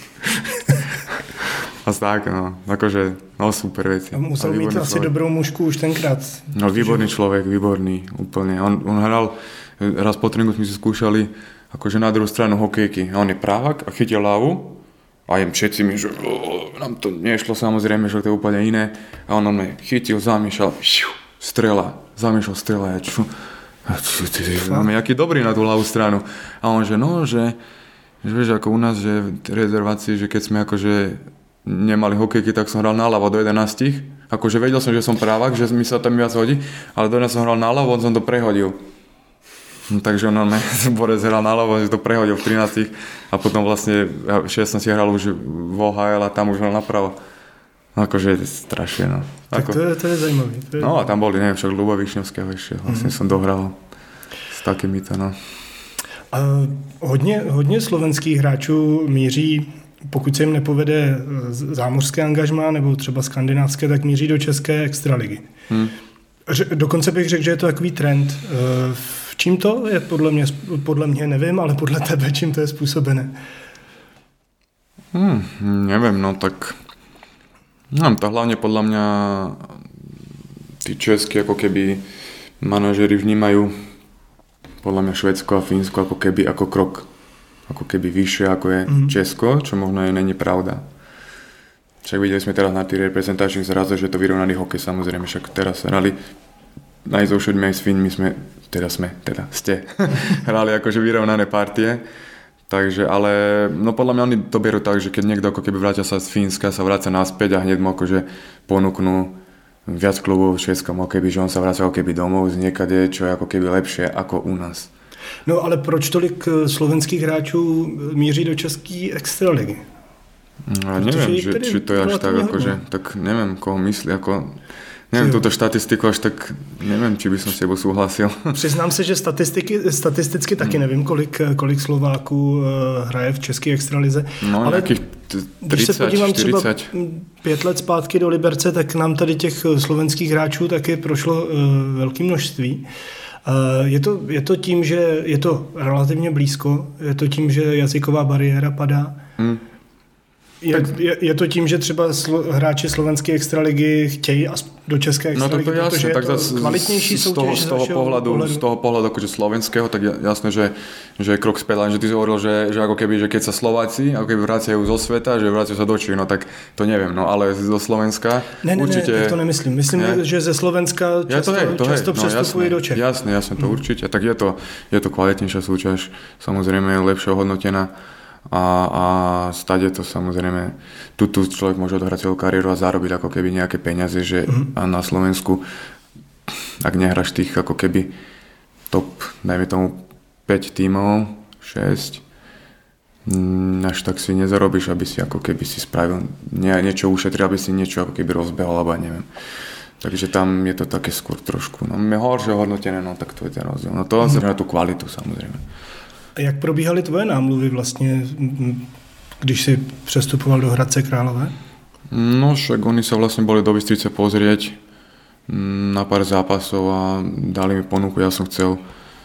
A tak, no, akože, no super veci. A musel mít asi dobrou mužku už tenkrát. No výborný človek, výborný, úplne. On hral, raz po tréningu sme si skúšali, akože na druhú stranu hokejky. A on je právak a chytil ľavu a jem všetci mi, že nám to nešlo samozrejme, že to je úplne iné. A on me chytil, zamiešal, zamiešal strela. Máme jaký dobrý na tú ľavú stranu. A on, že no, že vieš, ako u nás, že v rezervácii, že keď sme akože nemali hokejky, tak som hral naľavo do 11. Akože vedel som, že som právak, že mi sa tam viac hodí, ale do 11 som hral naľavo, on som to prehodil. No, takže on Borec hral naľavo, že to prehodil v 13. A potom vlastne v 16 hral už v OHL a tam už hral napravo. Akože strašne, no. Tak to je zajímavý. No a tam boli, neviem, však Ľuba Višňovského ešte vlastne som dohral s takýmito, no. A hodně slovenských hráčů míří, pokud se jim nepovede zámořské angažmá nebo třeba skandinávské, tak míří do české extraligy. Dokonce bych řekl, že je to takový trend. V čím to je podle mě nevím, ale podle tebe čím to je způsobené? Neviem, no tak to hlavne podľa mňa tí českí ako keby manažeri vnímajú podľa mňa Švédsko a Fínsko ako keby ako krok ako keby vyššie ako je Česko, čo možno není pravda. Však videli sme teraz na tých reprezentačných zrazoch, že to vyrovnaný hokej, samozrejme, však teraz hrali najzoušeďme aj s Fínmi ste hrali akože vyrovnané partie. Takže, ale no podľa mňa oni to berú tak, že keď niekto ako keby vrátia sa z Fínska, sa vrácia naspäť a hneď mu akože ponúknú viac klubov v českom hokeji, že on sa vrácia ako keby domov z niekade, čo je ako keby lepšie ako u nás. No ale proč tolik slovenských hráčů míří do české extraligy? Ja neviem, či to je až tak akože, tak neviem, koho myslí, ako neviem túto štatistiku, až tak neviem, či by som s tebou súhlasil. Přiznám se, že statisticky taky nevím, kolik Slováků hraje v české extralize. No, ale nějakých 30, když se podívám 40. třeba 5 let zpátky do Liberce, tak nám tady těch slovenských hráčů taky prošlo velké množství. Je to tím, že je to relativně blízko, je to tím, že jazyková bariéra padá. Je to tím, že třeba hráči slovenské extraligy chtějí do české extraligy, no protože tak je to kvalitnější soutěž z toho pohľadu akože slovenského, tak jasné, že je krok späť, že ty si hovoril, že ako keby, že keď sa Slováci ako keby vracajú zo sveta, že vracajú sa do Čech, no tak to neviem, no ale zo Slovenska určite... Ne, tak to nemyslím. Myslím, že ze Slovenska často přestupují do Čech. Jasné, to určite. Tak je to kvalitnejšia súťaž, samozrejme lepšie ohodnotená. A stade to samozrejme tu človek môže odohrať celú kariéru a zarobiť ako keby nejaké peniaze, že a na Slovensku ak nehráš tých ako keby top, dajme tomu 5 tímov, 6, až tak si nezarobíš, aby si ako keby si spravil niečo ušetril, aby si niečo ako keby rozbehol, alebo neviem. Takže tam je to také skôr trošku, horšie hodnotené, tak to je ten rozdiel. No to zase na tú kvalitu samozrejme. A jak probíhaly tvoje námluvy vlastně, když si přestupoval do Hradce Králové? No však oni sa vlastne boli do Bystrice pozrieť na pár zápasov a dali mi ponuku, ja som chcel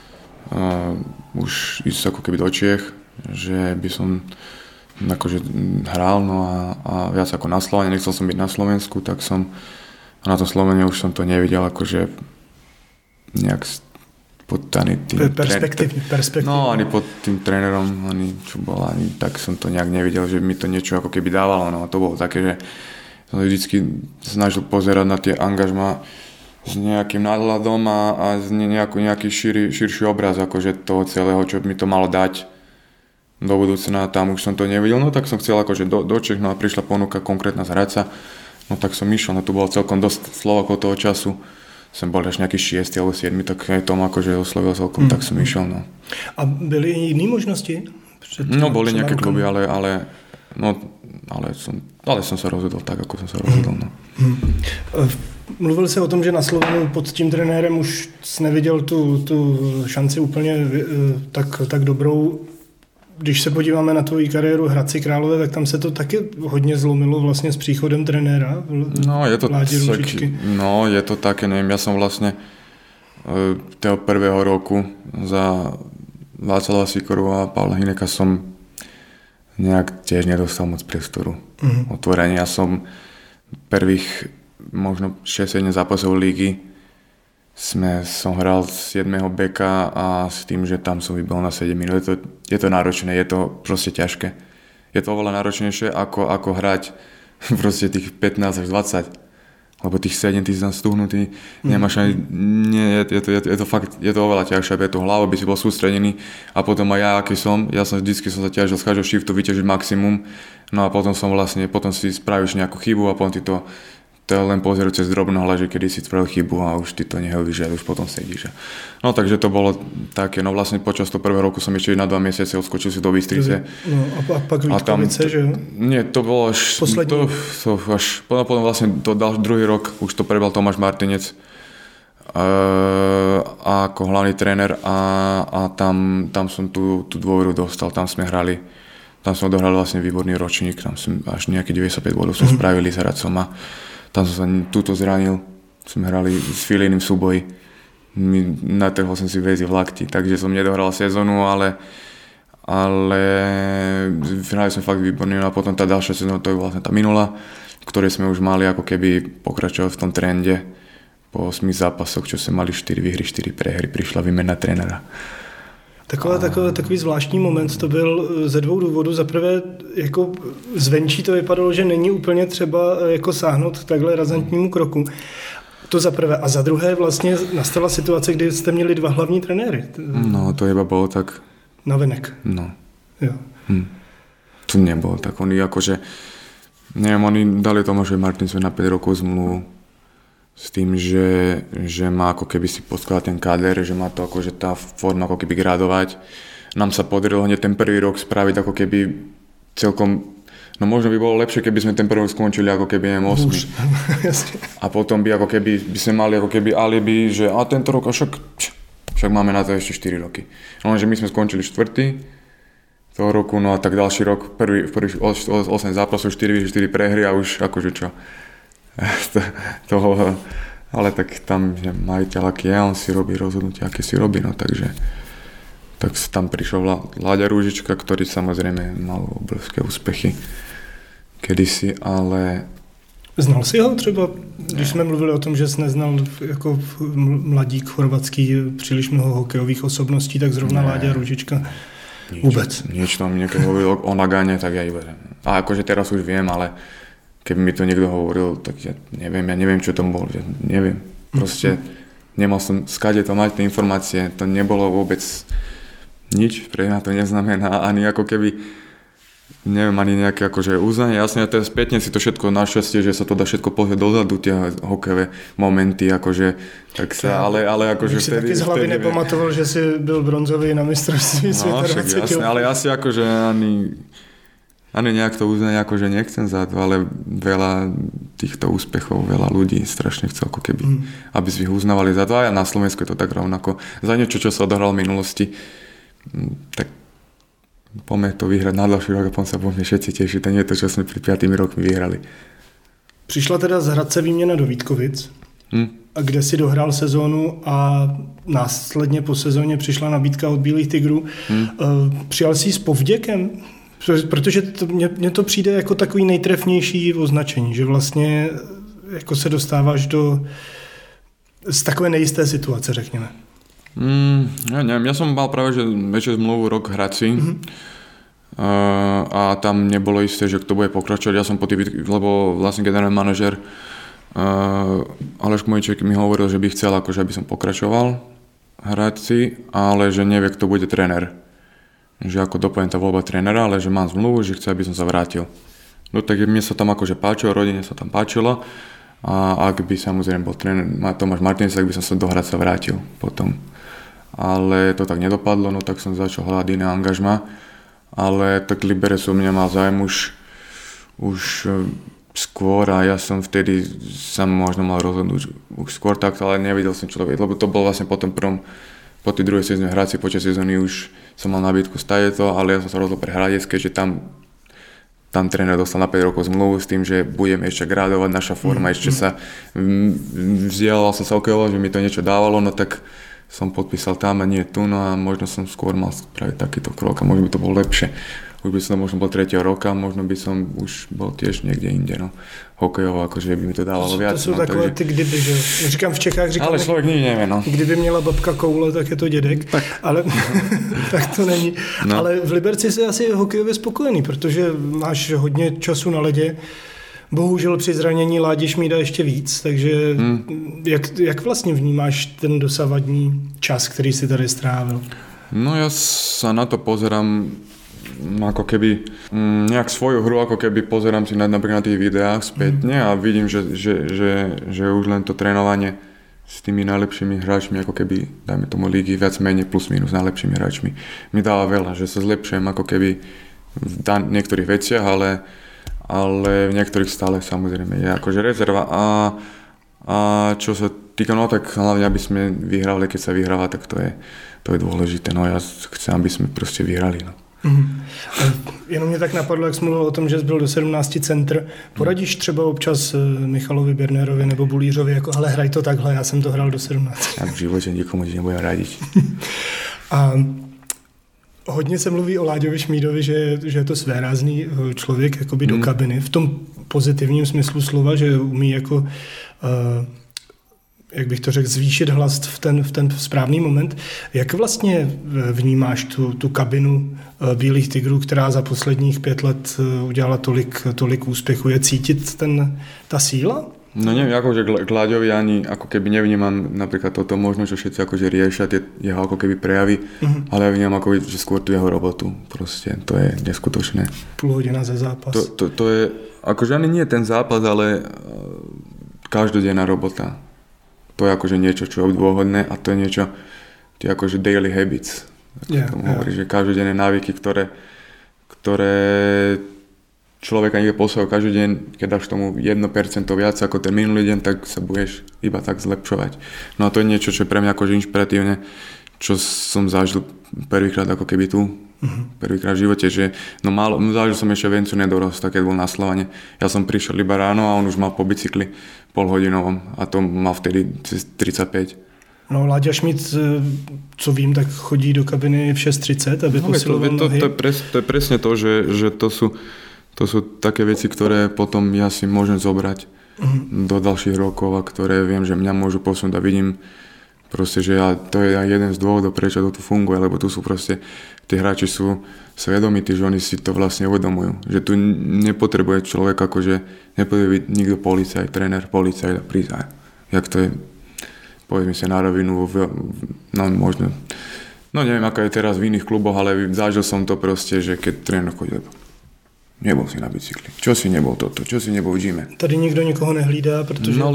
už ísť ako keby do Čiech, že by som akože hral, a viac ako na Slovene, nechcel som byť na Slovensku, tak som na tom Slovene už som to nevidel akože nejak pod tým perspektívne. No ani pod tým trénerom, ani čo bol, ani tak som to nejak nevidel, že mi to niečo ako keby dávalo, no to bolo také, že som vždycky snažil pozerať na tie angažmá s nejakým nadhľadom a z nejaký širší obraz akože toho celého, čo mi to malo dať do budúcna, tam už som to nevidel, no tak som chcel akože do Čech, no a prišla ponuka konkrétna z Hradca, no tak som išiel, no tu bolo celkom dosť Slovakov toho času, som bol až nejaký 6. alebo 7, tak aj tomu akože oslovil celkom, tak som išiel, no. A byly jiné možnosti? No boli nejaké kluby, ale som sa rozhodol tak, ako som sa rozhodol, no. Mluvil jsi o tom, že na Slovenu pod tím trenérem už jsi neviděl tu šanci úplně tak dobrou. Když se podíváme na tvoji kariéru Hradci Králové, tak tam se to taky hodně zlomilo vlastně s příchodem trenéra. Je to také, neviem, ja som vlastne toho prvého roku za Václava Sikoru a Pavla Hineka som nejak tiež nedostal moc priestoru. Otvorenia som prvých možno 6-7 zápasov lígy som hral z 7. beka a s tým, že tam som vybol na 7 minút. Je to náročné, je to proste ťažké. Je to oveľa náročnejšie ako hrať proste tých 15 až 20. Lebo tých 7, ty si tam stuhnutý, nemáš ani... Je to fakt, je to oveľa ťažšie, aby to hlavou by si bol sústredený a potom aj ja, aký som vždycky som sa ťažil z každého shiftu vyťažiť maximum, no a potom si spravíš nejakú chybu a potom ty to len pozerať cez drobnohľad, že kedy si spravil chybu a už ty to nehovíš, že už potom sedíš. No takže to bolo také, no vlastne počas toho prvého roku som ešte na 2 mesiace odskočil si do Bystrice. No a pak Vítkovice, že jo? Nie, to bolo až... Poslední? Potom vlastne to dal druhý rok, už to prebral Tomáš Martinec ako hlavný tréner a tam som tú dôveru dostal, tam sme hrali, tam som odohral vlastne výborný ročník, tam som až nejaké 95 bodov som spravili s Hradcom a tam som sa túto zranil, sme hrali s Filíným v súboji, natrhol som si väzy v lakti, takže som nedohral sezónu, ale hrali sme fakt výborný, no a potom tá ďalšia sezóna, to je vlastne tá minulá, v ktorej sme už mali ako keby pokračovať v tom trende, po 8 zápasoch, čo sme mali 4 výhry, 4 prehry, prišla výmena trénera. Takový zvláštní moment to byl ze 2 důvodů. Za prvé, jako zvenčí to vypadalo, že není úplně třeba jako sáhnout k takhle razantnímu kroku. To za prvé. A za druhé vlastně nastala situace, kdy jste měli 2 hlavní trenéry. No, to iba bolo tak... Navenek. No. Jo. To nebolo tak. Oni akože... Neviem, oni dali tomu, že Martincovi na 5 rokov zmluvu s tým, že má ako keby si poskladať ten káder, že má to akože tá forma ako keby gradovať. Nám sa podarilo hneď ten prvý rok spraviť ako keby celkom, no možno by bolo lepšie, keby sme ten prvý rok skončili ako keby 8. A potom by ako keby by sme mali ako keby alibi, že a tento rok však máme na to ešte 4 roky. No že my sme skončili 4. toho roku, no a tak ďalší rok, v prvých 8 zápasov, 4 prehry a už akože čo. Ale tak tam majiteľ aký je, on si robí rozhodnutia, aké si robí, no takže tak tam prišiel Láďa Rúžička, ktorý samozrejme mal obrovské úspechy kedysi, ale... Znal si ho třeba, když jsme mluvili o tom, že jsi neznal jako mladík chorvatský příliš mnoho hokejových osobností, tak zrovna Láďa Rúžička vůbec. Niečo tam niekedy hovoril o Nagane, tak ja iba... A akože teraz už viem, ale keby mi to niekto hovoril, tak ja neviem, čo to bol, neviem. Proste nemal som skade to mať tie informácie, to nebolo vôbec nič, pre mňa to neznamená ani ako keby neviem ani nejaké akože uznanie. Jasne, teraz spätne si to všetko našťastie, že sa to dá všetko pozrieť dozadu, tie hokejové momenty, akože, tak sa, ale akože vtedy... Si taky z hlavy nepamatoval, že si byl bronzový na mistrovství sveta 20. Jasne, ale ja si akože ani nejak to uznanie akože nechcem za to, ale veľa týchto úspechov, veľa ľudí strašne chce ako keby, aby si ich uznávali za to. A na Slovensku je to tak rovnako. Za niečo, čo sa odohralo v minulosti, tak poďme to vyhrať na dlhší rok a potom sa budeme všetci tešiť. To nie je to, čo sme pred 5 rokmi vyhrali. Přišla teda z Hradce výměna do Vítkovic, kde si dohrál sezónu a následně po sezóně přišla nabídka od Bílých Tigrů. Přijal jsi ji s povděkem? Protože mně to přijde jako takový nejtrefnější označení, že vlastně jako se dostáváš z takové nejisté situace, řekněme. Ja neviem, ja som mal práve, že väčšiu zmluvu rok v Hradci a tam nebolo isté, že kto bude pokračovať. Ja som lebo vlastne generálny manažer Aleš Kmojček mi hovoril, že by chcel, akože aby som pokračoval v Hradci, ale že nevie, kto bude tréner. Že ako doplním tá voľba trénera, ale že mám zmluvu, že chce, aby som sa vrátil. No tak mne sa tam akože páčilo, rodine sa tam páčilo a ak by samozrejme bol tréner Tomáš Martinec, tak by som sa do Hradca vrátil potom. Ale to tak nedopadlo, no tak som začal hľadať iné angažma, ale tak Liberec som nemal zájem už skôr a ja som vtedy sa možno mal rozhodnúť už skôr takto, ale nevedel som čo to vedieť, lebo to bol vlastne po tej druhej sezóne v Hradci, počas sezóny už som mal nabídku z Tajeto, ale ja som sa rozhodol pre Hradec, keďže tam tréner dostal na 5 rokov zmluvu s tým, že budeme ešte gradovať, naša forma ešte sa vzdialoval som sa okeľo, že mi to niečo dávalo, no tak som podpísal tam a nie tu, no a možno som skôr mal spraviť takýto krok a možno by to bolo lepšie. Už by som možno bol 3. roka, možno by som už bol tiež niekde inde, no. Hokejovo, akože by mi to dávalo viac. To sú takové ty kdyby, že říkám v Čechách, ale človek nikdy nevie, no. Kdyby měla babka koule, tak je to dědek, tak. Ale tak to není. No. Ale v Liberci jsi asi hokejově spokojený, protože máš hodně času na ledě. Bohužel při zranění Ládi Šmída ještě víc, takže jak vlastně vnímáš ten dosavadní čas, který si tady strávil? No ja sa na to pozerám ako keby nejak svoju hru, ako keby pozerám si napríklad na tých videách spätne a vidím, že už len to trénovanie s tými najlepšími hráčmi, ako keby, dajme tomu lígy, viac menej plus minus najlepšími hráčmi, mi dáva veľa, že sa zlepšujem ako keby v niektorých veciach, ale v niektorých stále samozrejme je akože rezerva a čo sa týka, no tak hlavne aby sme vyhrali, keď sa vyhráva, tak to je dôležité, no ja chcem, aby sme proste vyhrali, no. Jenom mě tak napadlo, jak jsi mluvil o tom, že jsi byl do 17 centr. Poradíš třeba občas Michalovi Bernerovi nebo Bulířovi, jako hele, hraj to takhle, já jsem to hrál do 17. Já v životě nikomu nebudem radiť. A hodně se mluví o Láďovi Šmídovi, že je to svérázný člověk jakoby do kabiny, v tom pozitivním smyslu slova, že umí jako jak bych to řekl, zvýšit hlas v ten správný moment. Jak vlastně vnímáš tu kabinu Bílých Tigrů, která za posledních 5 let udělala tolik úspěchu? Je cítit ta síla? No neviem, akože k Láďovi ani ako keby nevnímam napríklad toto možno, čo všetci akože riešia tie jeho ako keby prejavy, ale ja vnímam ako, že skôr tú jeho robotu. Proste to je neskutočné. Půl hodina za zápas. To je, akože ani nie ten zápas, ale každodenná robota. To je akože niečo, čo je obdôvodné a to je niečo, tie akože daily habits. Hovorí, že každodenné návyky, ktoré človeka niekde posúvajú každý deň, keď dáš tomu 1% viac ako ten minulý deň, tak sa budeš iba tak zlepšovať. No a to je niečo, čo je pre mňa akože inšpiratívne, čo som zažil prvýkrát ako keby tu, prvýkrát v živote, že zažil som ešte Vencu Nedorosta, keď bol na Slovane. Ja som prišiel iba ráno a on už mal po bicykli polhodinovom a to mal vtedy 35. No Láďa Šmíd, co vím, tak chodí do kabiny v 6:30, aby posiloval nohy. To je presne to, že to sú také veci, ktoré potom ja si môžem zobrať do ďalších rokov a ktoré viem, že mňa môžu posunúť a vidím proste, že to je aj jeden z dôvodov, prečo to tu funguje, lebo tu sú proste, tí hráči sú svedomití, že oni si to vlastne uvedomujú, že tu nepotrebuje človek, akože nepotrebuje byť nikto policajt, tréner, policajt a prísť. Jak to je, povedzme si na rovinu, no možno, no neviem, aká je teraz v iných kluboch, ale zažil som to proste, že keď tréner chodí, Nebol si na bicykli. Čo si nebol toto? Čo si nebol v gyme? Tady nikdo nikoho nehlídá, protože... No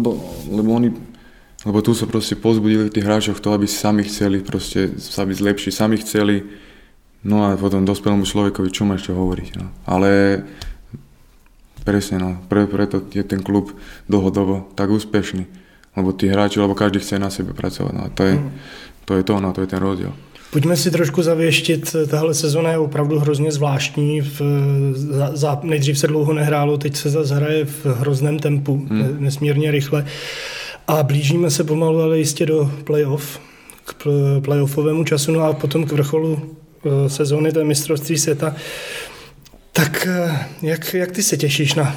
lebo tu sa proste pozbudili v tých hráčoch to, aby sami chceli proste sa byť lepší, sami chceli. No a potom dospelému človekovi, čo máš čo hovoriť, no. Ale presne, no, preto je ten klub dlhodobo tak úspešný. Lebo tí hráči, lebo každý chce na sebe pracovať, no. To je ten rozdiel. Pojďme si trošku zavěštit, tahle sezona je opravdu hrozně zvláštní, nejdřív se dlouho nehrálo, teď se zase hraje v hrozném tempu, nesmírně rychle a blížíme se pomalu, ale jistě do playoff, k playoffovému času, no a potom k vrcholu sezóny, to je mistrovství světa. Tak jak ty se těšíš na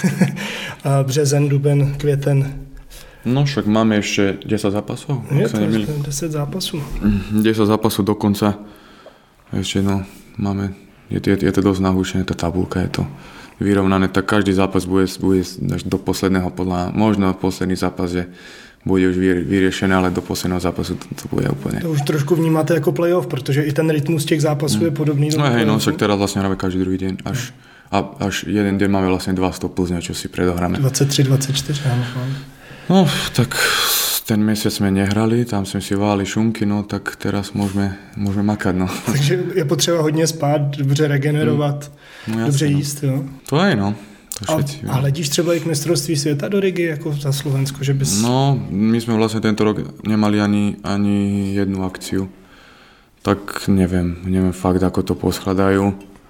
březen, duben, květen? No však máme ešte 10 zápasov. Je to 10 zápasov. 10 zápasov dokonca. Ešte máme, je to dosť nahúšené, tá tabulka je to vyrovnané, tak každý zápas bude až do posledného, možno posledný zápas bude už vyriešené, ale do posledného zápasu to bude úplne. To už trošku vnímáte jako playoff, protože i ten rytmus těch zápasů je podobný. No hej, však teraz vlastne hráme každý druhý deň, až jeden deň máme vlastne 200 plus, čo si predohráme. 23, 24, áno. No, tak ten mesiac sme nehrali, tam sme si váli šunky, no tak teraz môžeme makať, no. Takže je potřeba hodně spát, dobře regenerovat, no, dobře jíst, jo? To je, no. To všetci, a hledíš třeba i k mistrovství světa do Rigy, jako za Slovensko, že bys... No, my sme vlastne tento rok nemali ani jednu akciu. Tak neviem fakt, ako to poskladajú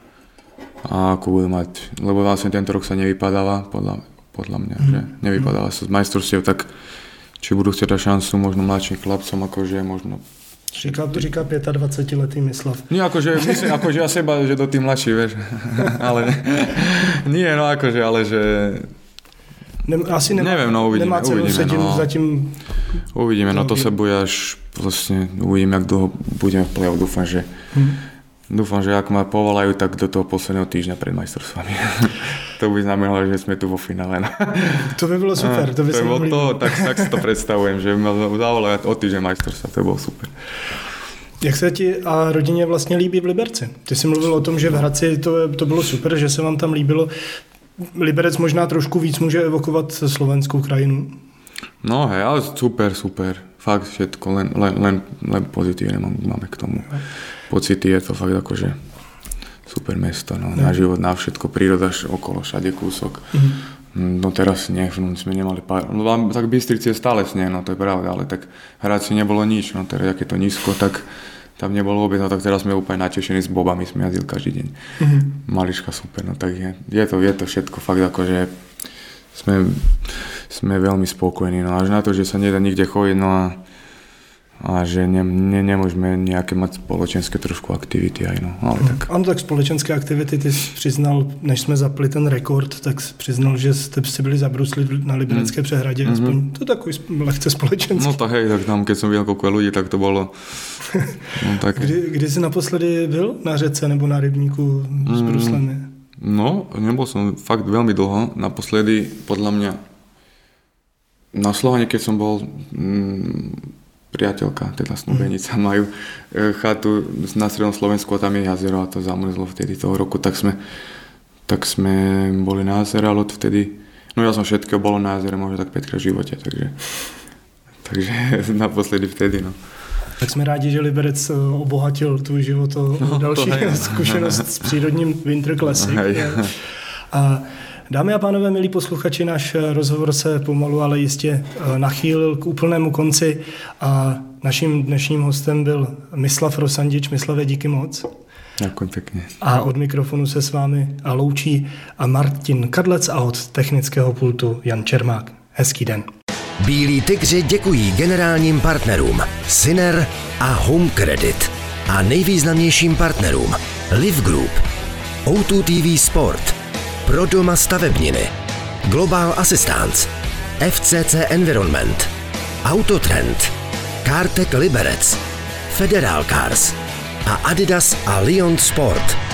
a ako budú mať, lebo vlastne tento rok sa nevypadáva, podľa mňa, že nevypadáva sa z majstrovstiev, tak či budú chcieť dať šancu možno mladším chlapcom, akože možno... Říká 25-letý Mislav. Nie, myslím, ja seba, že do tých mladší, vieš, ale nie, no akože, ale že... Asi neviem, no uvidíme. Nemá cenu se tím zatím... Uvidíme, no to sa bude až vlastne, uvidíme, jak dlho budeme v play-off, Dúfam, že ak ma povolajú, tak do toho posledného týždňa pred majstrovstvami. To by znamenalo, že sme tu vo finále. To by bylo super. To by se mohli... Tak si to predstavujem, že ma zavolajú o týždeň majstrovstva. To by bylo super. Jak se ti a rodině vlastně líbí v Liberci? Ty jsi mluvil o tom, že v Hradci to bylo super, že se vám tam líbilo. Liberec možná trošku víc může evokovat slovenskou krajinu. No hej, ale super. Fakt všetko, len pozitívne máme k tomu. Pocity, je to fakt akože super mesto, no, na život, na všetko, príroda okolo, všade kúsok. No teraz sneh, sme nemali pár, no tak Bystrici je stále sneh, no to je pravda, ale tak Hradci nebolo nič, no teraz, jak je to nízko, tak tam nebolo vôbec, no tak teraz sme úplne natešení s bobami, sme jazdili každý deň. Malička super, no tak je to všetko fakt akože sme veľmi spokojní, no až na to, že sa nedá nikde chodiť, no a že nemôžeme nejaké mať spoločenské trošku aktivity aj, no, ale tak. Ano, tak společenské aktivity, ty jsi přiznal, než jsme zapli ten rekord, tak jsi přiznal, že jste si byli zabrusli na Liberecké přehradě, aspoň to takový lehce společenský. No tak hej, tak tam, keď som videl koľko ľudí, tak to bolo... No, tak... Kdy jsi naposledy byl na řece nebo na rybníku s bruslemi? No, nebol som fakt veľmi dlho, naposledy podľa mňa na Slovane, keď som bol... priateľka, teda snúbenica, majú chatu na strednom Slovensku a tam je jazero a to zamrzlo vtedy toho roku, tak sme boli na jazere, ale odvtedy, no ja som všetkého bolo na jazere možno tak 5-krát v živote, takže naposledy vtedy, no. Tak jsme rádi, že Liberec obohatil tvůj život o další zkušenost s přírodním Winter Classic. A dámy a pánové, milí posluchači, náš rozhovor se pomalu, ale jistě nachýlil k úplnému konci a naším dnešním hostem byl Mislav Rosandič. Mislave, díky moc. Děkuji pěkně. A od mikrofonu se s vámi loučí Martin Kadlec a od technického pultu Jan Čermák. Hezký den. Bílí tygři děkují generálním partnerům Syner a Home Credit a nejvýznamnějším partnerům Live Group, O2 TV Sport, Pro doma stavebniny, Global Assistance, FCC Environment, Autotrend, Kartek Liberec, Federal Cars a Adidas a Lyon Sport.